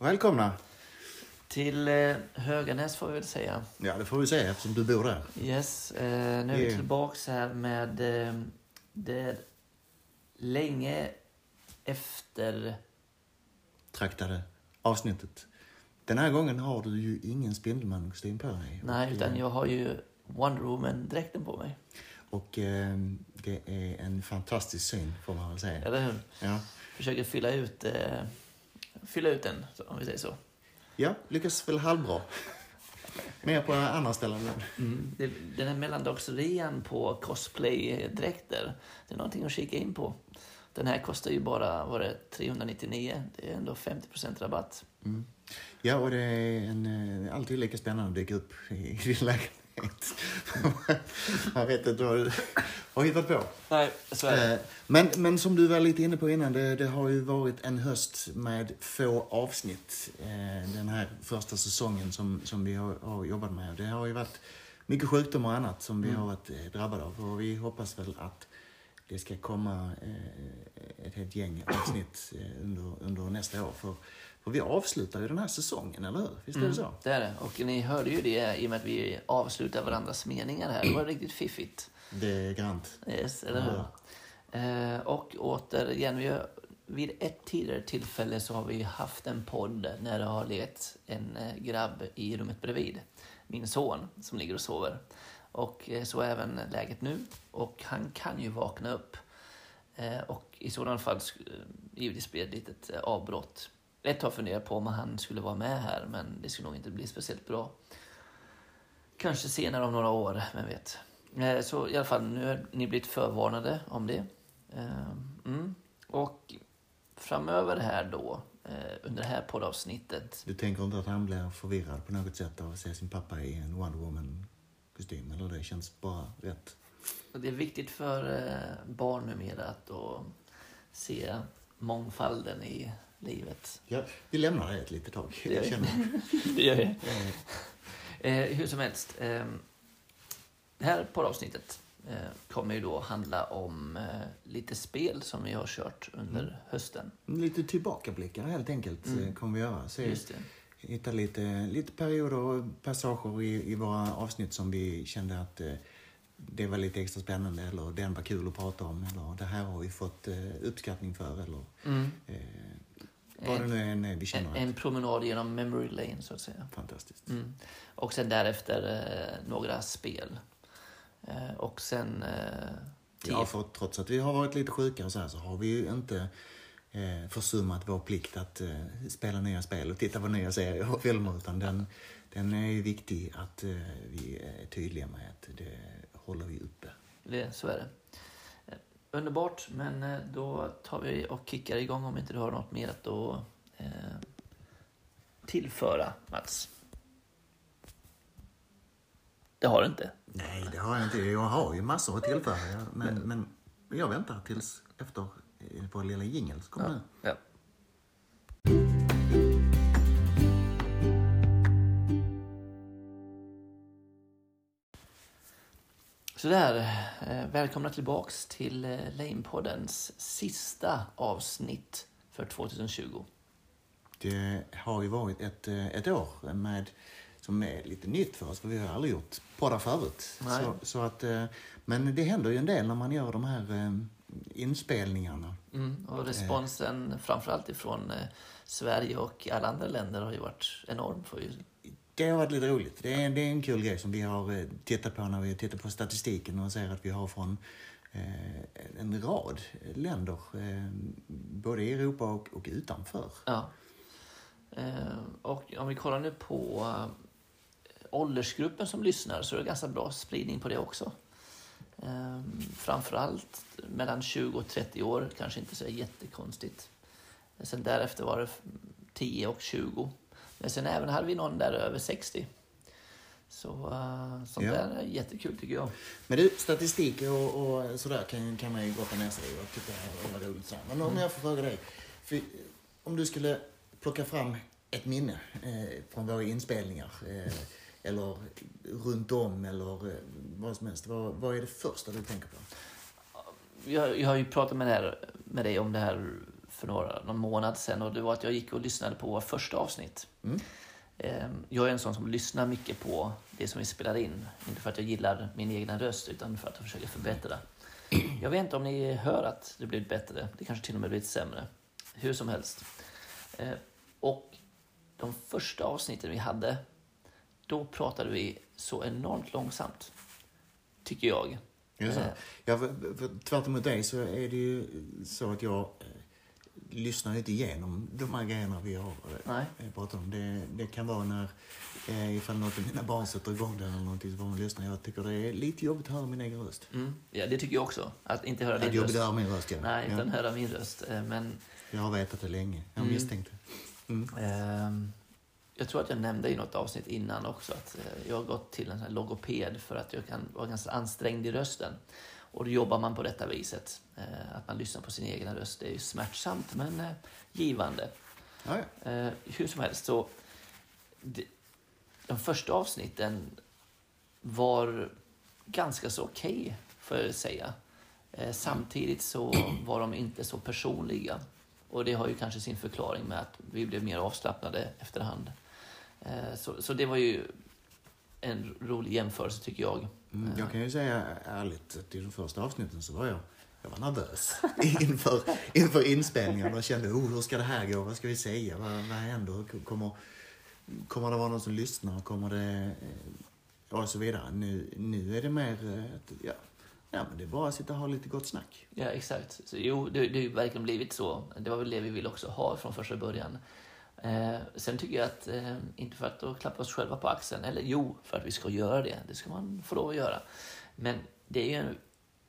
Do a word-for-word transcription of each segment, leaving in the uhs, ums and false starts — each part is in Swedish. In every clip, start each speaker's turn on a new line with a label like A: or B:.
A: Välkomna.
B: Till eh, Höganäs får vi väl säga.
A: Ja, det får vi säga eftersom du bor där.
B: Yes, eh, nu är vi tillbaka här med eh, det länge efter
A: traktade avsnittet. Den här gången har du ju ingen Spindelmannen-kostym på dig.
B: Nej, utan jag har ju Wonder Woman-dräkten på mig.
A: Och eh, det är en fantastisk syn, får man väl säga.
B: Eller hur?
A: Ja.
B: Försöker fylla ut, eh, fylla ut den, om vi säger så.
A: Ja, lyckas väl halvbra. Mer på andra ställen.
B: Mm. Det, den här mellandagsrean på cosplay-dräkter, det är någonting att kika in på. Den här kostar ju bara, var det trehundranittionio. Det är ändå femtio procent rabatt.
A: Mm. Ja, och det är en, alltid lika spännande att dyka upp i din lägenhet. Jag vet inte vad du har hittat på.
B: Nej, så är det.
A: Men, men som du var lite inne på innan, det, det har ju varit en höst med få avsnitt. Den här första säsongen som, som vi har, har jobbat med. Det har ju varit mycket sjukdom och annat som vi mm. har varit drabbade av. Och vi hoppas väl att det ska komma ett helt gäng avsnitt under, under nästa år. För Och vi avslutar ju den här säsongen, eller hur? Visst är det så?
B: Mm, det är det. Och ni hörde ju det i och med att vi avslutar varandras meningar här. Det var riktigt fiffigt.
A: Det är grant.
B: Yes, eller hur? Ja. Eh, och återigen, vi har, vid ett tidigare tillfälle så har vi haft en podd när det har legat en eh, grabb i rummet bredvid. Min son som ligger och sover. Och eh, så är även läget nu. Och han kan ju vakna upp. Eh, och i sådana fall eh, givetvis blir det ett litet eh, avbrott. Ett har funderat på om han skulle vara med här, men det skulle nog inte bli speciellt bra. Kanske senare om några år, vem vet. Så i alla fall, nu har ni blivit förvarnade om det. Mm. Och framöver här då, under det här poddavsnittet.
A: Du tänker inte att han blir förvirrad på något sätt av att se sin pappa i en Wonder Woman-kostym? Eller det känns bara rätt?
B: Det är viktigt för barn numera att då se mångfalden i livet.
A: Ja, vi lämnar det ett litet tag.
B: Det gör jag. Det gör jag. Eh, hur som helst. Eh, det här poddavsnittet eh, kommer ju då handla om eh, lite spel som vi har kört under mm. hösten.
A: Lite tillbakablickar helt enkelt mm. kommer vi göra. Se,
B: Just det.
A: Hitta lite, lite perioder och passager i, i våra avsnitt som vi kände att eh, det var lite extra spännande, eller den var kul att prata om, eller det här har vi fått eh, uppskattning för, eller
B: mm.
A: eh, vad det nu är en, vi känner.
B: En, en promenad genom memory lane, så att säga.
A: Fantastiskt.
B: Mm. Och sen därefter eh, några spel. Eh, och sen... Eh,
A: ja, för trots att vi har varit lite sjuka och så här, så har vi ju inte eh, försummat vår plikt att eh, spela nya spel och titta på nya serier och filmer, utan den, den är ju viktig att eh, vi är tydliga med att det håller vi uppe.
B: Det, så är det. Eh, underbart, men eh, då tar vi och kickar igång om inte du har något mer att då, eh, tillföra, Mats. Det har du inte?
A: Nej, det har jag inte. Jag har ju massor att tillföra. Men, men, men jag väntar tills efter på lilla jingle så kommer
B: ja.
A: nu.
B: Ja. Sådär, välkomna tillbaks till Lame-poddens sista avsnitt för tjugo.
A: Det har ju varit ett, ett år med, som är lite nytt för oss, för vi har aldrig gjort poddar förut. Så, så att, men det händer ju en del när man gör de här inspelningarna.
B: Mm, och responsen eh. framförallt ifrån eh, Sverige och alla andra länder har ju varit enorm. För ju...
A: Det har varit lite roligt. Det är, det är en kul grej som vi har tittat på när vi tittar på statistiken och ser att vi har från eh, en rad länder, eh, både i Europa och, och utanför.
B: Ja. Eh, och om vi kollar nu på eh, åldersgruppen som lyssnar, så är det ganska bra spridning på det också. Eh, framförallt mellan tjugo och trettio år, kanske inte så jättekonstigt. Sen därefter var det tio och tjugo. Men sen även hade vi någon där över sextio. Så uh, sånt ja. Där är jättekul tycker jag.
A: Men du, statistik och, och sådär kan, kan man ju gotta ner sig och tycka det var roligt så. Men om jag får fråga dig, för, om du skulle plocka fram ett minne eh, från våra inspelningar eh, eller runt om eller eh, vad som helst, vad, vad är det första du tänker på?
B: Jag, jag har ju pratat med, här, med dig om det här för några, någon månad sedan. Och det var att jag gick och lyssnade på vår första avsnitt.
A: Mm.
B: Jag är en sån som lyssnar mycket på det som vi spelar in. Inte för att jag gillar min egna röst, utan för att jag försöker förbättra. Jag vet inte om ni hör att det blivit bättre. Det kanske till och med blivit sämre. Hur som helst. Och de första avsnitten vi hade, då pratade vi så enormt långsamt. Tycker jag.
A: Ja, så. Ja, för, för, tvärt emot dig så är det ju så att jag eh, lyssnar inte igenom de här grejerna vi har
B: Nej.
A: eh, pratat om. Det, det kan vara när eh, ifall något av mina barn sätter igång den eller någonting så får man lyssna. Jag tycker det är lite jobbigt att höra min egen röst.
B: Mm. Ja, det tycker jag också. Att inte höra
A: det
B: din
A: är jobbigt
B: röst.
A: att höra min röst, ja.
B: Nej, utan
A: ja.
B: höra min röst. Men...
A: Jag har vetat det länge. Jag har
B: Mm.
A: misstänkt det. Mm.
B: Ehm, jag tror att jag nämnde i något avsnitt innan också att eh, jag har gått till en sån här logoped för att jag kan vara ganska ansträngd i rösten. Och då jobbar man på detta viset. Eh, att man lyssnar på sin egen röst. Det är ju smärtsamt men eh, givande.
A: Ja, ja.
B: Eh, hur som helst så... De, de första avsnitten var ganska så okej, okay, får jag säga. Eh, samtidigt så var de inte så personliga. Och det har ju kanske sin förklaring med att vi blev mer avslappnade efterhand. Eh, så, så det var ju en rolig jämförelse tycker jag.
A: Mm, jag kan ju säga ärligt att i de första avsnitten så var jag, jag var nervös inför, inför inspelningen och kände, oh, hur ska det här gå? Vad ska vi säga? Vad, vad händer? Kommer, kommer det vara någon som lyssnar? Kommer det... Och så vidare. Nu, nu är det mer... Ja, ja, men det är bara att sitta och ha lite gott snack.
B: Ja, exakt. Så, jo, det, det har ju verkligen blivit så. Det var väl det vi ville också ha från första början. Eh, sen tycker jag att, eh, inte för att då klappa oss själva på axeln, eller jo, för att vi ska göra det. Det ska man få lov att göra. Men det är ju en...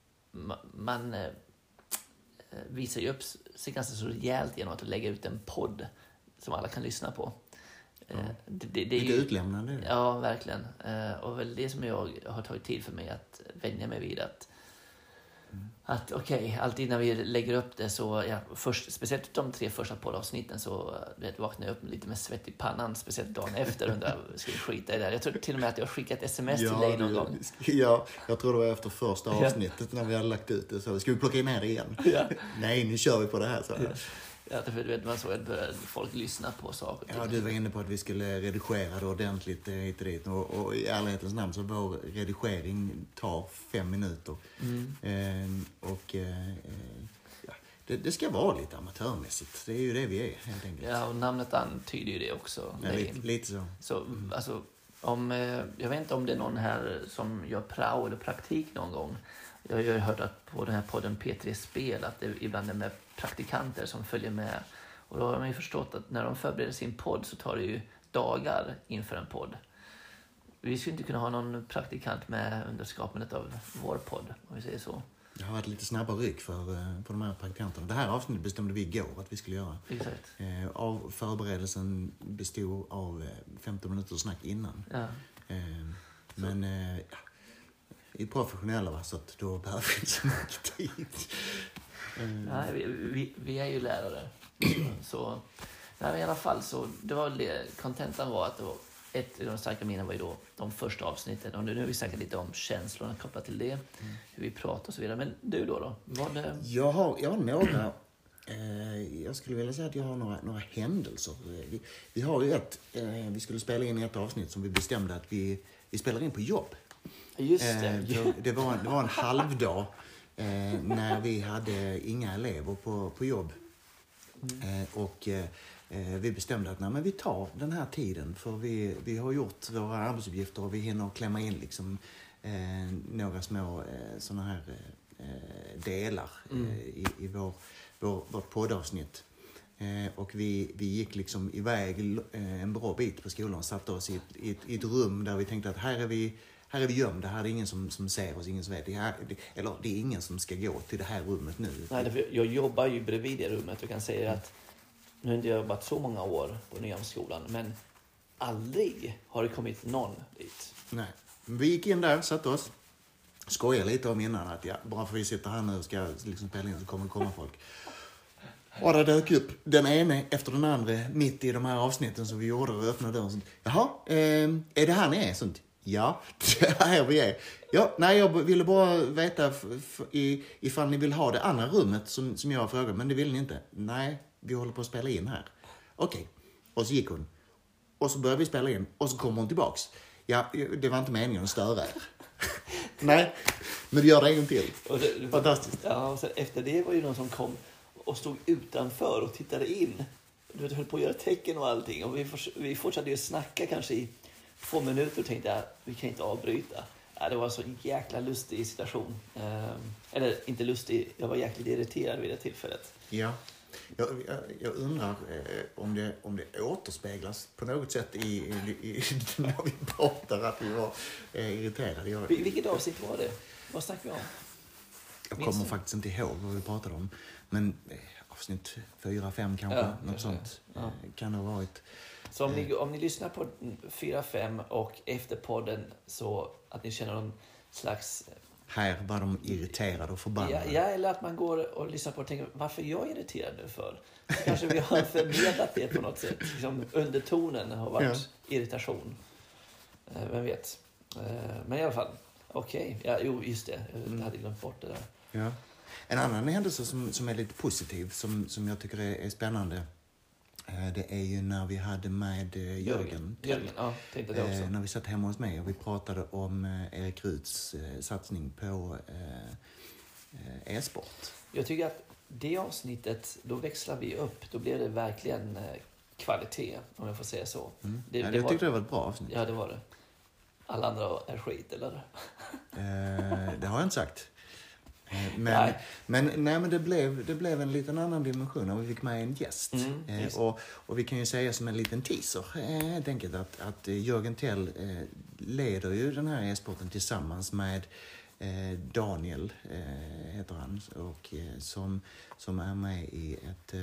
B: Man eh, visar ju upp sig ganska så rejält genom att lägga ut en podd som alla kan lyssna på.
A: Ja.
B: Det, det, det är
A: lite
B: ju,
A: utlämnande.
B: Ja, verkligen. Och väl det som jag har tagit tid för mig att vänja mig vid att mm. att okej, okay, alltid när vi lägger upp det så, ja, först, speciellt de tre första poddavsnitten så vet, vaknar jag upp lite med svett i pannan, speciellt dagen efter och undrar, ska vi skita i det där? Jag tror till och med att jag har skickat sms
A: ja,
B: till dig någon gång.
A: Ja, jag tror det var efter första avsnittet ja. När vi hade lagt ut det så, ska vi plocka in här igen?
B: Ja.
A: Nej, nu kör vi på det här, så.
B: Ja. Ja, för du vet, man såg att började folk lyssna på saker.
A: Ja, du var inne på att vi skulle redigera det ordentligt hit och dit. Och, och i ärlighetens namn så vår redigering tar fem minuter.
B: Mm.
A: Eh, och eh, ja, det, det ska vara lite amatörmässigt. Det är ju det vi är, helt enkelt.
B: Ja, och namnet antyder ju det också.
A: Ja, lite, lite så.
B: Så, mm. alltså, om, jag vet inte om det är någon här som gör prao eller praktik någon gång. Jag har ju hört att på den här podden P tre Spel att det ibland är med praktikanter som följer med. Och då har man ju förstått att när de förbereder sin podd så tar det ju dagar inför en podd. Vi skulle inte kunna ha någon praktikant med under skapandet av vår podd, om vi säger så.
A: Det har varit lite snabba ryck för, för de här praktikanterna. Det här avsnittet bestämde vi igår att vi skulle göra.
B: Exakt.
A: Eh, av förberedelsen bestod av femton minuter snack innan.
B: Ja.
A: Eh, men eh, ja, vi är professionella, va, så att då behöver vi inte så mycket tid.
B: Mm. Nej, vi, vi, vi är ju lärare. Så nej, i alla fall så det var det, kontentan var att det var ett av de starka minnen var ju då de första avsnitten och nu har vi snackat lite om känslorna kopplat till det, mm. hur vi pratar och så vidare. Men du då då? Vad det...
A: Jag har jag har några eh, jag skulle vilja säga att jag har några några händelser. Vi, vi har ju ett eh, vi skulle spela in ett avsnitt som vi bestämde att vi vi spelar in på jobb.
B: Just det.
A: Eh, det var det var en halvdag eh, när vi hade inga elever på på jobb. Mm. Eh, och eh, vi bestämde att nej, men vi tar den här tiden för vi, vi har gjort våra arbetsuppgifter och vi hinner klämma in liksom, eh, några små eh, såna här eh, delar mm. eh, i, i vår, vår, vårt poddavsnitt. Eh, och vi, vi gick liksom iväg eh, en bra bit på skolan och satte oss i ett, i, ett, i ett rum där vi tänkte att här är vi Här är vi gömda, här är ingen som, som ser oss, ingen som vet. Det här, det, eller det är ingen som ska gå till det här rummet nu.
B: Nej, jag jobbar ju bredvid det rummet och kan säga att nu har jag inte jobbat så många år på Nyhamnsskolan, men aldrig har det kommit någon dit.
A: Nej, vi gick in där, satt oss, skojade lite om innan att ja, bara för vi sitter här nu och ska liksom spela in så kommer det komma folk. Och det dök upp den ene efter den andra mitt i de här avsnitten som vi gjorde och öppnade dörren. Jaha, eh, är det här ni är? Sånt? Ja, det är här vi är. Ja, nej, jag ville bara veta f- f- i, ifall ni vill ha det andra rummet som, som jag frågade, men det vill ni inte. Nej, vi håller på att spela in här. Okej, och så gick hon. Och så började vi spela in och så kommer hon tillbaks. Ja, det var inte meningen att störa er. Nej, men du gör det en gång till.
B: Och det,
A: Fantastiskt.
B: Ja, och sen efter det var ju någon som kom och stod utanför och tittade in. Du vet, höll på att göra tecken och allting. Och vi, fors- vi fortsatte ju snacka kanske i två minuter och tänkte att vi kan inte avbryta. Ja, det var en så jäkla lustig situation. Eh, eller inte lustig, jag var jäkligt irriterad vid det tillfället.
A: Ja, jag, jag, jag undrar eh, om, det, om det återspeglas på något sätt i, i, i, när vi pratar att vi var eh, irriterade. Jag,
B: Vil- vilket avsnitt var det? Vad snackade vi om?
A: jag
B: Minns
A: kommer
B: du?
A: faktiskt inte ihåg vad vi pratade om. Men eh, avsnitt fyra, fem kanske,
B: Ja,
A: något
B: kanske.
A: sånt
B: Ja.
A: eh, kan det ha varit.
B: Så om ni, om ni lyssnar på fyra fem och efter podden så att ni känner någon slags...
A: Här var de irriterade och förbannade.
B: Ja, ja, eller att man går och lyssnar på och tänker, varför är jag irriterad nu för? Så kanske vi har förmedlat det på något sätt. Liksom undertonen har varit
A: Ja.
B: irritation. Eh, vem vet. Eh, men i alla fall, okej. Okay. Ja, jo, just det. Jag hade glömt bort det där.
A: Ja. En annan händelse som, som är lite positiv, som, som jag tycker är, är spännande, eh, det är ju när vi hade med eh, Jörgen.
B: Jörgen, ja, tänkte det också.
A: Eh, när vi satt hemma hos mig och vi pratade om eh, Erik Ruts eh, satsning på eh, eh, e-sport.
B: Jag tycker att det avsnittet, då växlar vi upp. Då blev det verkligen eh, kvalitet, om jag får säga så.
A: Mm.
B: Det,
A: ja,
B: det
A: det
B: var,
A: tyckte jag var ett bra avsnitt.
B: Ja, det var det. Alla andra är skit, eller?
A: Eh, det har jag inte sagt. Eh, Men,
B: Nej.
A: men, nej, men det, blev, det blev en liten annan dimension och vi fick med en gäst.
B: Mm,
A: eh,
B: just.
A: och, och vi kan ju säga som en liten teaser eh, helt enkelt att, att eh, Jörgen Tell eh, leder ju den här e-sporten tillsammans med eh, Daniel, eh, heter han, och, eh, som, som är med i ett,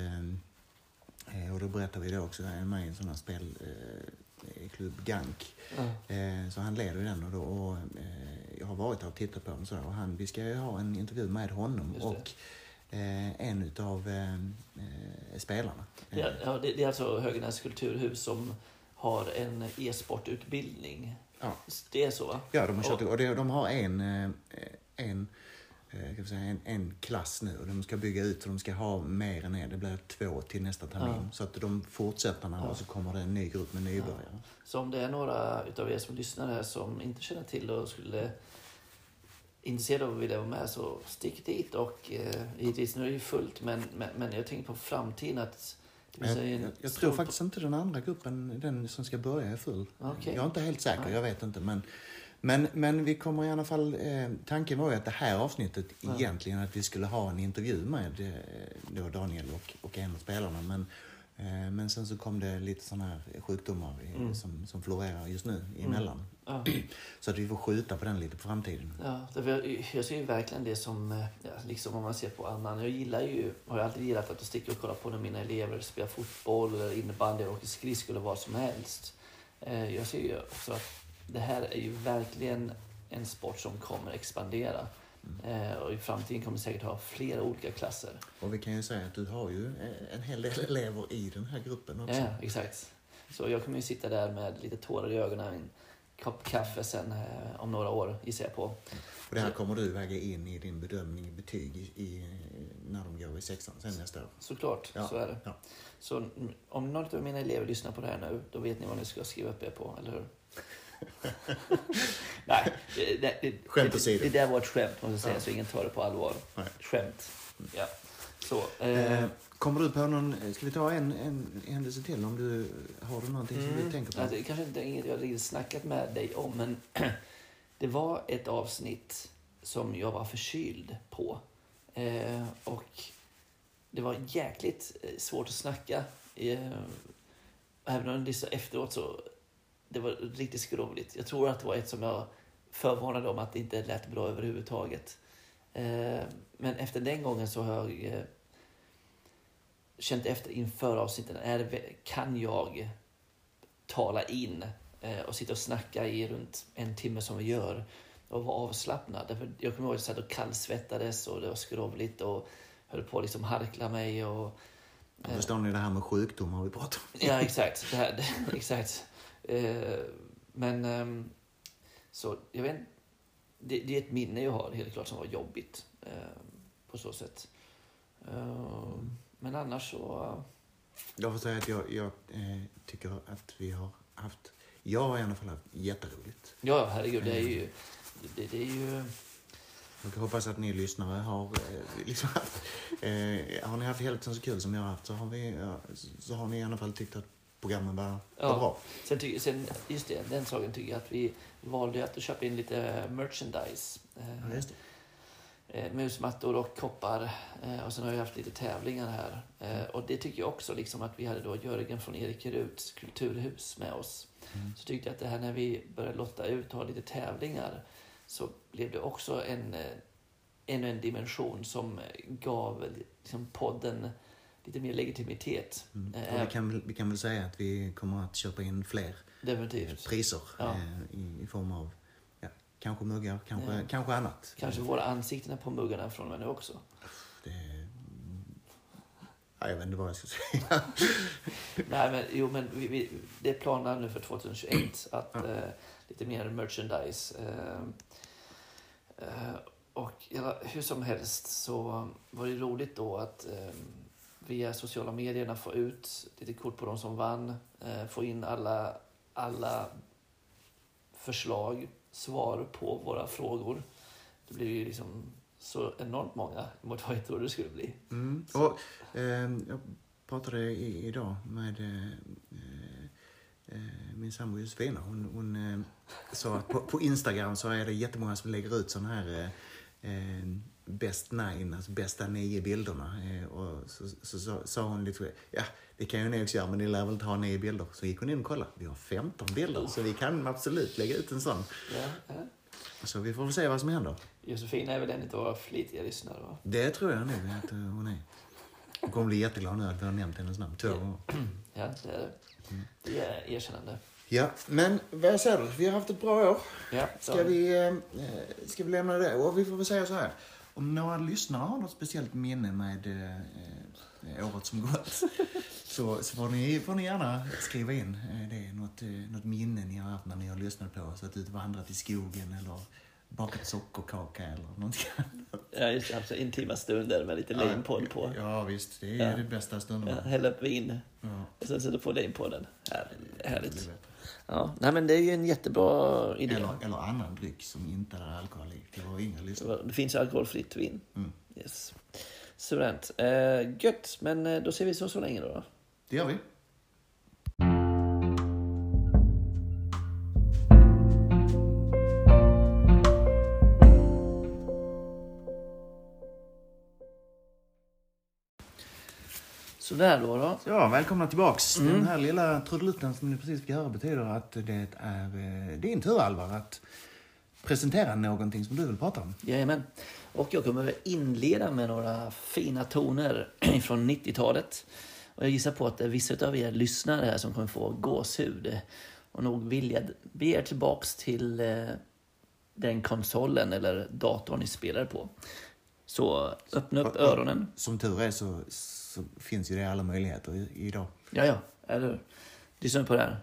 A: eh, och då berättar vi det också, han är med i en sån här spel, eh, klubb Gank.
B: Ja.
A: Eh, så han leder ju den och, då, och eh, jag har varit där och tittat på den så, och han, vi ska ju ha en intervju med honom
B: Just det.
A: och eh, en utav eh, eh, spelarna.
B: Det är, ja, det, det är alltså Höganäs kulturhus som har en e-sportutbildning.
A: Ja.
B: Det är så, va?
A: Ja, de har kört,
B: Och-
A: och det, de har en, eh, en, eh, kan vi säga, en, en klass nu och de ska bygga ut och de ska ha mer än en. Det blir två till nästa termin.
B: Ja.
A: Så att de fortsätter när
B: Ja.
A: och så kommer det en ny grupp med nybörjare.
B: Så om det är några utav er som lyssnar här som inte känner till och skulle intresserade av att vilja vara med, så stick dit. Och eh, givetvis, nu är det ju fullt, men, men, men jag tänker på framtiden att det finns
A: Jag,
B: en
A: jag, jag
B: stor-
A: tror faktiskt inte den andra gruppen, den som ska börja, är full.
B: Okej.
A: Jag är inte helt säker,
B: Nej.
A: jag vet inte. Men, men, men vi kommer i alla fall... Eh, tanken var ju att det här avsnittet
B: Ja.
A: egentligen att vi skulle ha en intervju med eh, då Daniel och, och en av spelarna. Men, eh, men sen så kom det lite sådana här sjukdomar i,
B: Mm.
A: som, som florerar just nu emellan.
B: Ja,
A: Så att vi får skjuta på den lite på framtiden.
B: ja, därför jag, jag ser ju verkligen det som, eh, ja, liksom om man ser på annan. Jag gillar ju, har alltid gillat att sticka och kolla på när mina elever spelar fotboll eller innebandy och skridskor eller vad som helst. Eh, jag ser ju också att det här är ju verkligen en sport som kommer expandera. Eh, och i framtiden kommer vi säkert ha flera olika klasser.
A: Och vi kan ju säga att du har ju eh, en hel del elever i den här gruppen också.
B: Ja, exakt. Så jag kommer ju sitta där med lite tårar i ögonen, en kopp kaffe sen eh, om några år, gissar jag på.
A: Och det här kommer du väga in i din bedömning i betyg i, i, när de går i sexan sen nästa år.
B: Såklart,
A: Ja,
B: så är det.
A: ja.
B: Så mm, om någon av mina elever lyssnar på det här nu, då vet ni vad ni ska skriva upp er på, eller hur? Nej, det, det, det,
A: Skämt
B: det,
A: åsido.
B: det där var ett skämt, måste jag säga,
A: Ja.
B: så ingen tar det på allvar.
A: Nej.
B: Skämt. Ja. Så, eh,
A: Eh, kommer du på någon... Ska vi ta en, en händelse till om du har du någonting som du tänker på?
B: alltså, det kanske inte är inget jag riktigt snackat med dig om, men det var ett avsnitt som jag var förkyld på. Eh, och det var jäkligt eh, svårt att snacka. Eh, även om det så efteråt så det var riktigt skrovligt. Jag tror att det var ett som jag förvarnade om att det inte lät bra överhuvudtaget. Eh, men efter den gången så har jag eh, känt efter inför avsnitten. Är det, kan jag tala in eh, och sitta och snacka i runt en timme som vi gör och vara avslappnad? Därför jag kommer ihåg att jag satt och kallsvettades och det var skrovligt och höll på att liksom harkla mig. Och,
A: Jag förstår ni det här med sjukdomar vi pratar om?
B: ja, exakt. Det här, det, exakt. Eh, men ehm, Så jag vet det, det är ett minne jag har helt klart som var jobbigt eh, på så sätt. Uh, men annars så... Uh...
A: Jag får säga att jag, jag eh, tycker att vi har haft... Jag har i alla fall haft jätteroligt.
B: Ja, herregud, det är ju... Det, det är ju...
A: Jag hoppas att ni lyssnare har eh, liksom haft... Eh, har ni haft hälften så kul som jag har haft så har, vi, ja, så har ni i alla fall tyckt att programmen var, var
B: ja.
A: bra.
B: Sen, ty- sen, just det, den saken tycker jag att vi valde att köpa in lite merchandise. Eh,
A: ja, just det.
B: Eh, musmattor och koppar. Eh, och sen har vi haft lite tävlingar här. Eh, och det tycker jag också liksom att vi hade då Jörgen från Erik Ruts kulturhus med oss. Mm. Så tyckte jag att det här när vi började lotta ut och ha lite tävlingar så blev det också en, ännu en dimension som gav liksom, podden lite mer legitimitet.
A: Mm. Och vi, kan, vi kan väl säga att vi kommer att köpa in fler
B: Definitivt.
A: priser
B: ja.
A: eh, i, i form av ja, kanske muggar, kanske,
B: ja.
A: kanske annat.
B: Kanske våra ansikten på muggarna från och med nu också.
A: Det, ja, jag vet inte vad jag ska säga.
B: Nej, men, jo, men vi, vi, det är planen nu för tjugohundratjugoett att ja. eh, lite mer merchandise. Eh, eh, och ja, hur som helst så var det roligt då att eh, via sociala medierna få ut lite kort på de som vann. Eh, få in alla, alla förslag, svar på våra frågor. Det blir ju liksom så enormt många mot vad jag trodde det skulle bli.
A: Mm. Och, eh, jag pratade i, idag med eh, eh, min sambo Josefina. Hon, hon eh, sa att på, på Instagram så är det jättemånga som lägger ut sådana här eh, best nine, alltså bästa nio bilderna. Eh, och så, så, så sa hon lite, ja det kan ju ni också göra men ni lär väl inte ha nio bilder. Så gick hon in och kollade, vi har femton bilder oh. så vi kan absolut lägga ut en sån.
B: Ja, ja.
A: Så vi får väl se vad som händer.
B: Josefina är väl en av våra flitiga lyssnare, va?
A: Det tror jag nog att hon är. Hon kommer bli jätteglad nu att vi har nämnt hennes namn två gånger.
B: Ja, det är det. Mm. Det är erkännande.
A: Ja, men vad säger du? Vi har haft ett bra år.
B: Ja,
A: ska, vi, eh, ska vi lämna det? Och vi får väl säga så här. Om några lyssnare har något speciellt minne med eh, året som gått så, så får, ni, får ni gärna skriva in eh, det. Något, eh, något minne ni har haft när ni har lyssnat på oss. Att ut vandrat i skogen eller bakat sockerkaka eller någonting annat.
B: Ja, just det. Alltså, intima stunder med lite lejonpodd på.
A: Ja, visst. Det är
B: ja.
A: det bästa stunden.
B: Ja, hälla upp vin.
A: Ja.
B: Och sen sätter på lejonpodden. Här, härligt. Ja, nej, men det är ju en jättebra idé.
A: Eller, eller annan dryck som inte är alkohol i. Det var inga lyssnare.
B: Det finns ju alkoholfritt vin.
A: Mm.
B: Yes. Suveränt. Eh, gött, men då ser vi så så länge då.
A: Det gör vi.
B: Så där då då.
A: Ja, välkomna tillbaks.
B: Mm.
A: Den här lilla trudelutten som ni precis fick höra betyder att det är din tur, Alvar, att presentera någonting som du vill prata om.
B: Jajamän. Och jag kommer inleda med några fina toner från nittiotalet. Och jag gissar på att det är vissa av er lyssnare här som kommer få gåshud. Och nog vilja be er tillbaks till eh, den konsolen eller datorn ni spelar på. Så öppna upp öronen.
A: Som tur är så, så finns ju det alla möjligheter i, idag.
B: Ja, ja. Eller lyssna på det här.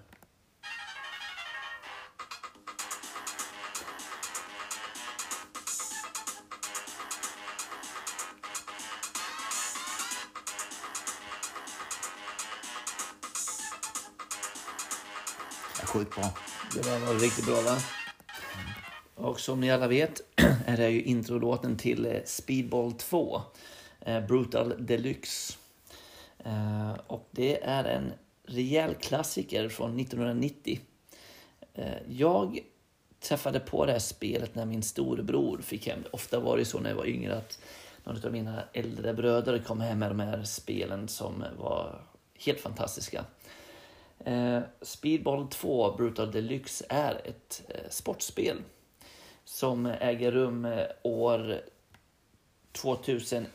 A: Sjukt bra.
B: Det var riktigt bra, va? Mm. Och som ni alla vet är det ju introlåten till Speedball två. Eh, Brutal Deluxe. Eh, och det är en rejäl klassiker från nittonhundranittio. Eh, jag träffade på det här spelet när min storebror fick hem det. Ofta var det så när jag var yngre att någon av mina äldre bröder kom hem med de här spelen som var helt fantastiska. Eh, Speedball två Brutal Deluxe är ett eh, sportspel som äger rum eh, år tjugohundratjugoett.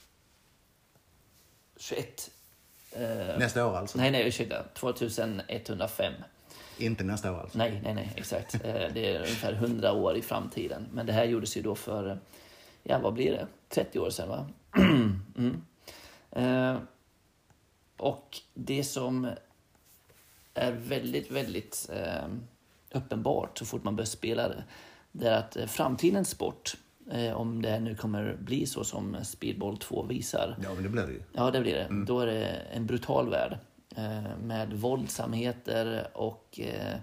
B: Eh,
A: nästa år alltså?
B: Nej, nej, ursäkta. tjugohundrafem.
A: Inte nästa år alltså?
B: Nej, nej, nej, exakt. eh, det är ungefär hundra år i framtiden. Men det här gjordes ju då för, ja, vad blir det? trettio år sedan, va? mm. eh, och det som är väldigt, väldigt eh, uppenbart så fort man börjar spela det. Det är att framtidens sport, eh, om det nu kommer bli så som Speedball två visar.
A: Ja, men det blir det ju.
B: Ja, det blir det. Mm. Då är det en brutal värld eh, med våldsamheter och eh,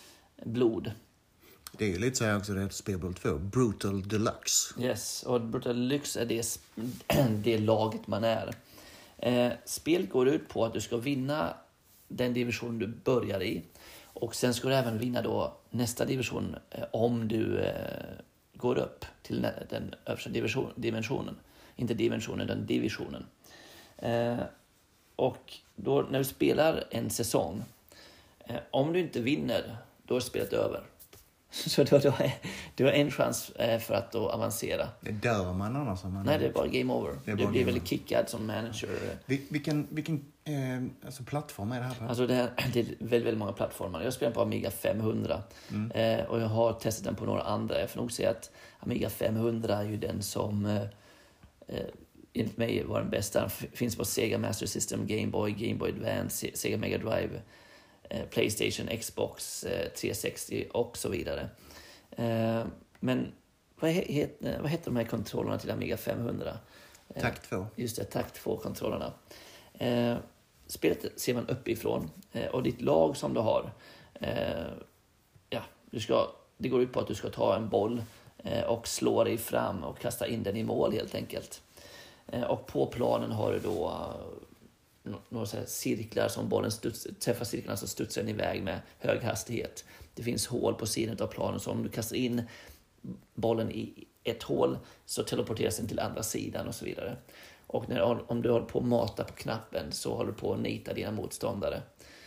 B: blod.
A: Det är ju lite så här också, det heter Speedball två, Brutal Deluxe.
B: Yes, och Brutal Deluxe är det, det laget man är. Eh, spelet går ut på att du ska vinna den division du börjar i. Och sen ska du även vinna då nästa division eh, om du eh, går upp till den översta division, dimensionen. Inte dimensionen, den divisionen. Eh, och då när du spelar en säsong, eh, om du inte vinner, då är spelet över. Så du, du, har, du har en chans eh, för att då avancera.
A: Det dör man annars? Man
B: Nej, det är bara game over.
A: Det
B: du blir väldigt kickad som manager.
A: Vil, vilken vilken eh, alltså plattform är det här på?
B: Alltså det, här, det är väldigt, väldigt många plattformar. Jag spelar på Amiga femhundra. Mm. Eh, och jag har testat den på några andra. Jag får nog säga att Amiga femhundra är ju den som eh, eh, enligt mig var den bästa. Den finns på Sega Master System, Game Boy, Game Boy Advance, Sega Mega Drive, eh, PlayStation, Xbox eh, trehundrasextio och så vidare. Eh, men vad, het, vad heter de här kontrollerna till Amiga femhundra?
A: Eh, Takt två.
B: Just det, Takt två-kontrollerna. Eh, spelet ser man uppifrån eh, och ditt lag som du har, eh, ja, du ska, det går ut på att du ska ta en boll eh, och slå dig fram och kasta in den i mål helt enkelt. Eh, och på planen har du då uh, några så här cirklar som bollen studs, träffar cirklarna så studsar den iväg med hög hastighet. Det finns hål på sidan av planen, så om du kastar in bollen i ett hål så teleporteras den till andra sidan och så vidare. Och när, om du håller på att mata på knappen så håller du på att nita dina motståndare.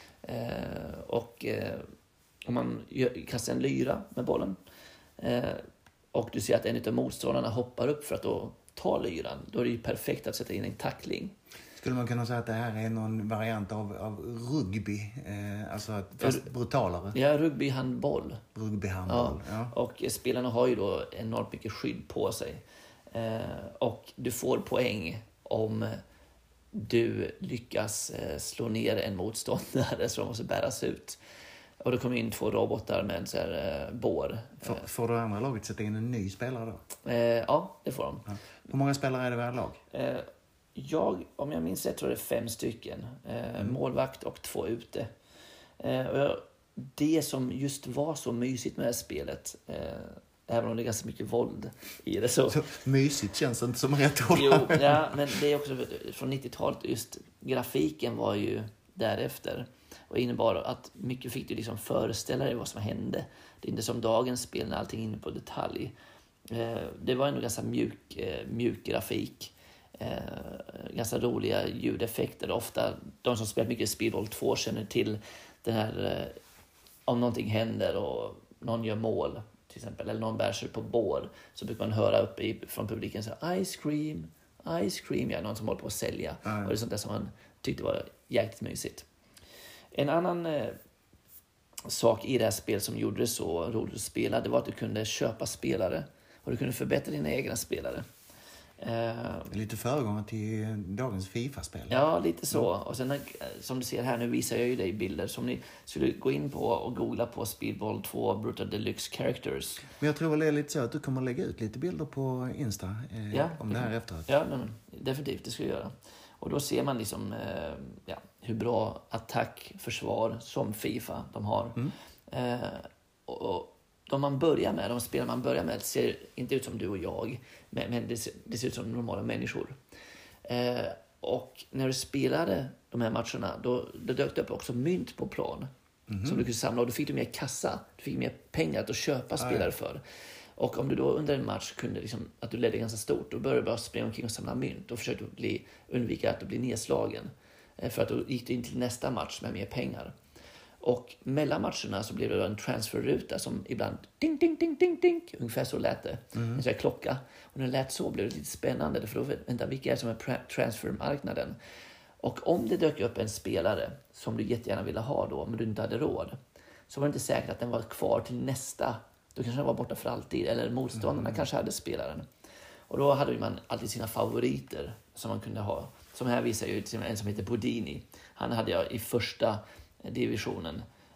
B: Eh, och eh, om man gör, kastar en lyra med bollen eh, och du ser att en av motståndarna hoppar upp för att då ta lyran, då är det ju perfekt att sätta in en tackling.
A: Skulle man kunna säga att det här är någon variant av, av rugby? Eh, alltså fast brutalare?
B: Ja, rugbyhandboll.
A: Rugbyhandboll, ja.
B: ja. Och spelarna har ju då enormt mycket skydd på sig. Eh, och du får poäng om du lyckas eh, slå ner en motståndare som måste bäras ut. Och då kommer in två robotar med en så här eh, bår.
A: Får, får det andra laget sätta in en ny spelare då?
B: Eh, ja, det får de. Ja.
A: Hur många spelare är det varje lag?
B: Eh, jag, om jag minns rätt, tror jag det är fem stycken. Eh, mm. Målvakt och två ute. Eh, och jag, det som just var så mysigt med det här spelet, eh, även om det är ganska mycket våld i det. Så,
A: så mysigt känns inte som rätt ord.
B: Jo, ja, men det är också från nittiotalet. Just grafiken var ju därefter. Och innebar att mycket fick du liksom föreställa dig vad som hände. Det är inte som dagens spel när allting är inne på detalj. Eh, det var ändå ganska mjuk, eh, mjuk grafik. Eh, ganska roliga ljudeffekter. Ofta de som spelat mycket Speedball två känner till den här eh, om någonting händer och någon gör mål till exempel, eller någon bär sig på bår, så brukar man höra upp i, från publiken så här, ice cream, ice cream, ja, någon som håller på att sälja. Mm. Och det är sånt där som man tyckte var jäkligt mysigt. En annan eh, sak i det här spelet som gjorde det så roligt att spela, det var att du kunde köpa spelare och du kunde förbättra dina egna spelare. Eh,
A: lite föregångare till dagens FIFA-spel.
B: Ja, lite så. Och sen som du ser här, nu visar jag ju dig bilder som ni skulle gå in på och googla på Speedball två Brutal Deluxe Characters.
A: Men jag tror väl det är lite så att du kommer lägga ut lite bilder på Insta eh,
B: ja,
A: om det här efteråt.
B: Ja, men definitivt, det ska jag göra. Och då ser man liksom eh, ja, hur bra attack, försvar som FIFA de har. Mm. Eh, och, och de man börjar med, de spelare man börjar med ser inte ut som du och jag, men, men det, ser, det ser ut som normala människor. Eh, och när du spelade de här matcherna, då, då dök det upp också mynt på plan mm-hmm. som du kunde samla, och då fick du mer kassa, du fick mer pengar att köpa spelare Aj. för. Och om du då under en match kunde liksom, att du ledde ganska stort, då började du bara springa omkring och samla mynt och försökte bli, undvika att bli nedslagen. Eh, för att då gick du in till nästa match med mer pengar. Och mellan matcherna så blev det en transferruta som ibland ding, ding, ding, ding, ding. Ungefär så lät det. Mm. En sån här klocka. Och när det lät så blev det lite spännande. För då vänta, vilka är det som är transfermarknaden? Och om det dök upp en spelare som du jättegärna ville ha då, men du inte hade råd, så var det inte säkert att den var kvar till nästa. Då kanske den var borta för alltid. Eller motståndarna mm. kanske hade spelaren. Och då hade man alltid sina favoriter som man kunde ha. Som här visar ju en som heter Bodini. Han hade jag i första divisionen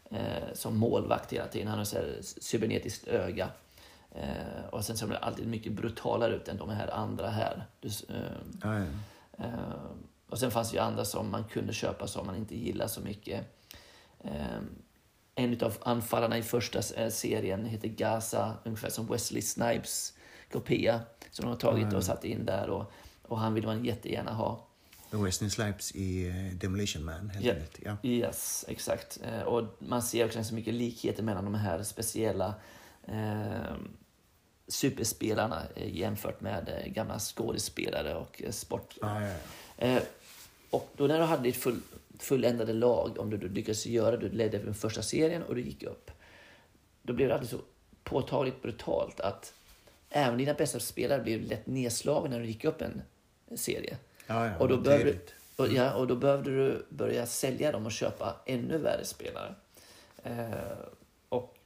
B: eh, som målvakt hela tiden. Han har så här cybernetiskt öga. Eh, och sen ser det alltid mycket brutalare ut än de här andra här. Du, eh,
A: Ja, ja.
B: eh, och sen fanns det ju andra som man kunde köpa som man inte gillar så mycket. Eh, en av anfallarna i första serien heter Gaza, ungefär som Wesley Snipes kopia som de har tagit och satt in där. Och, och han vill man jättegärna ha.
A: Wesley Snipes i uh, Demolition Man, helt
B: Yeah.
A: enkelt. Ja.
B: Yes, exakt. Eh, och man ser också så mycket likheter mellan de här speciella eh, superspelarna eh, jämfört med eh, gamla skådespelare och eh, sport.
A: Ja, ja, ja.
B: Eh, och då när du hade ditt full, fulländade lag, om du, du lyckades göra, du ledde den första serien och du gick upp, då blev det alltid så påtagligt brutalt att även dina bästa spelare blev lätt nedslagna när du gick upp en serie.
A: Ja, ja,
B: och, då
A: det är
B: behövde,
A: trevligt.
B: och, ja, och då behövde du börja sälja dem och köpa ännu värre spelare. Eh, och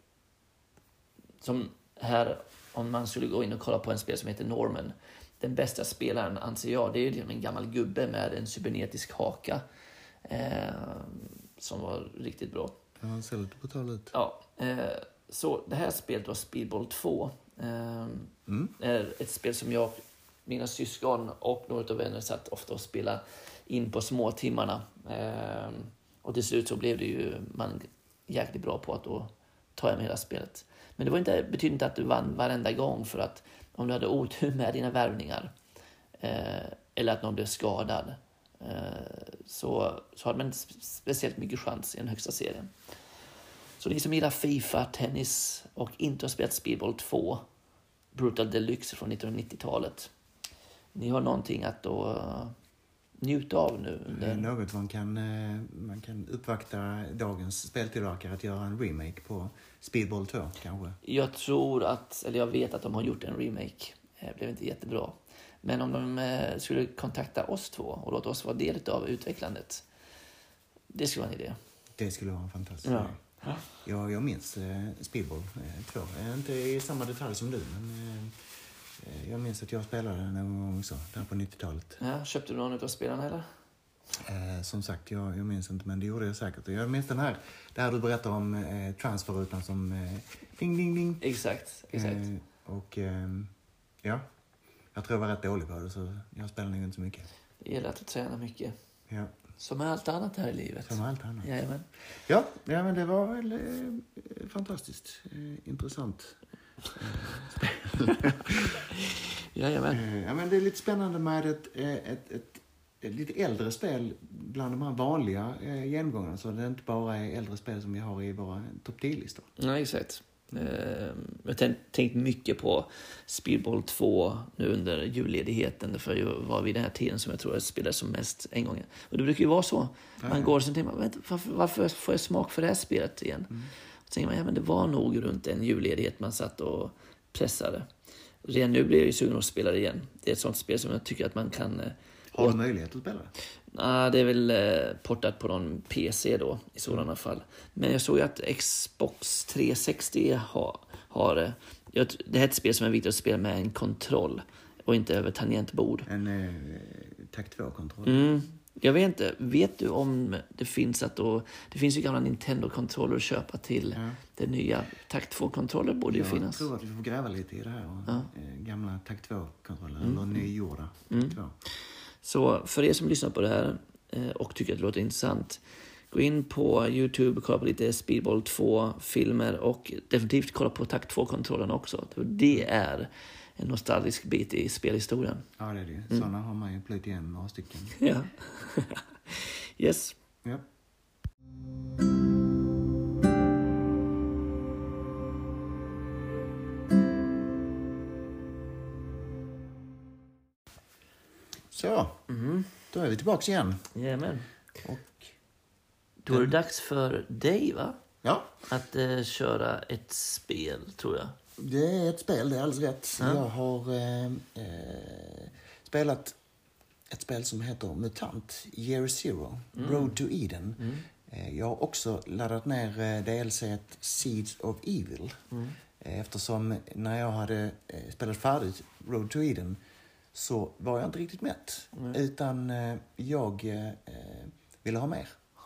B: som här, om man skulle gå in och kolla på en spelare som heter Norman, den bästa spelaren anser jag, det är ju en gammal gubbe med en cybernetisk haka eh, som var riktigt bra.
A: Ja, han ser lite brutal ut.
B: Ja, eh, så det här spelet var Speedball två. Eh,
A: Mm.
B: är ett spel som jag, mina syskon och några av vänner satt ofta och spelade in på små timmarna. Eh, och till slut så blev det ju man jäkligt bra på att då ta hem hela spelet. Men det var inte, betyder inte att du vann varenda gång, för att om du hade otur med dina värvningar eh, eller att någon blev skadad eh, så, så hade man inte speciellt mycket chans i den högsta serien. Så ni som gillar FIFA, tennis och inte har spelat Speedball två, Brutal Deluxe från nittonhundranittiotalet, ni har någonting att då uh, njuta av nu.
A: Det är något man kan, eh, man kan uppvakta dagens speltillverkare att göra en remake på Speedball två, kanske.
B: Jag tror att, eller jag vet att de har gjort en remake. Det blev inte jättebra. Men om de eh, skulle kontakta oss två och låta oss vara del av utvecklandet, det skulle vara en idé.
A: Det skulle vara en fantastisk
B: Ja.
A: idé. Jag, jag minns eh, Speedball eh, två. Eh, inte i samma detalj som du, men eh, jag minns att jag spelade den någon gång så, där på nittiotalet.
B: Ja, köpte du någon av spelarna eller?
A: Eh, som sagt, jag, jag minns inte, men det gjorde jag säkert. Jag minns den här, det här du berättar om eh, transferrutan som eh, ding, ding, ding.
B: Exakt, exakt.
A: Eh, och eh, ja, jag tror jag var rätt dålig på det, så jag spelade nog inte så mycket.
B: Det gäller att träna mycket.
A: Ja,
B: Som med allt annat här i livet.
A: som allt annat.
B: Jajamän.
A: Ja, ja, men det var väl eh, fantastiskt eh, intressant.
B: Jajamän.
A: Eh, ja, men det är lite spännande med ett, eh, ett, ett, ett lite äldre spel bland de här vanliga eh, genomgångarna. Så det är inte bara är äldre spel som vi har i våra topp tio-listor.
B: Ja, exakt. Eh, jag har tänkt mycket på Speedball två nu under julledigheten, för det var vid den här tiden som jag tror jag spelade som mest en gång. Och det brukar ju vara så. Man
A: ja.
B: går och så tänker man, varför, varför får jag smak för det här spelet igen? Mm. Så tänker man, ja men det var nog runt en julledighet man satt och pressade. Redan nu blir jag ju sugen att spela det igen. Det är ett sånt spel som jag tycker att man kan...
A: Har du möjlighet att spela det?
B: Nej, det är väl eh, portat på någon P C då i sådana mm. fall. Men jag såg ju att Xbox trehundrasextio har, har det. Jag, det här är ett spel som är viktigt att spela med en kontroll och inte över tangentbord.
A: En eh, takt två-kontroll.
B: Mm. Jag vet inte, vet du om det finns att då, det finns ju gamla Nintendo-kontroller att köpa till
A: ja.
B: det nya takt två-kontroller borde ju
A: jag
B: finnas.
A: Jag tror att vi får gräva lite i det här. Och,
B: ja.
A: eh, gamla takt två-kontroller,
B: Mm.
A: eller nygjorda takt
B: Mm.
A: två.
B: Så för er som lyssnar på det här och tycker att det låter intressant, gå in på YouTube och kolla på lite Speedball två-filmer och definitivt kolla på takt två-kontrollen också. Det är en nostalgisk bit i spelhistorien.
A: Ja, det är det.
B: Mm.
A: Sådana har man ju plöjt igen några stycken.
B: Ja. Yes.
A: Ja. Så,
B: Mm.
A: då är vi tillbaka igen.
B: Jajamän.
A: Och
B: Då är det dags för dig, va?
A: ja,
B: Att eh, köra ett spel, tror jag.
A: det är ett spel, det är alldeles rätt.
B: Ja.
A: Jag har eh, eh, spelat ett spel som heter Mutant Year Zero,
B: Mm.
A: Road to Eden.
B: Mm.
A: Eh, jag har också laddat ner eh, D L C Seeds of Evil.
B: Mm.
A: Eh, eftersom när jag hade eh, spelat färdigt Road to Eden så var jag inte riktigt mätt.
B: Mm.
A: Utan eh, jag eh, ville ha mer.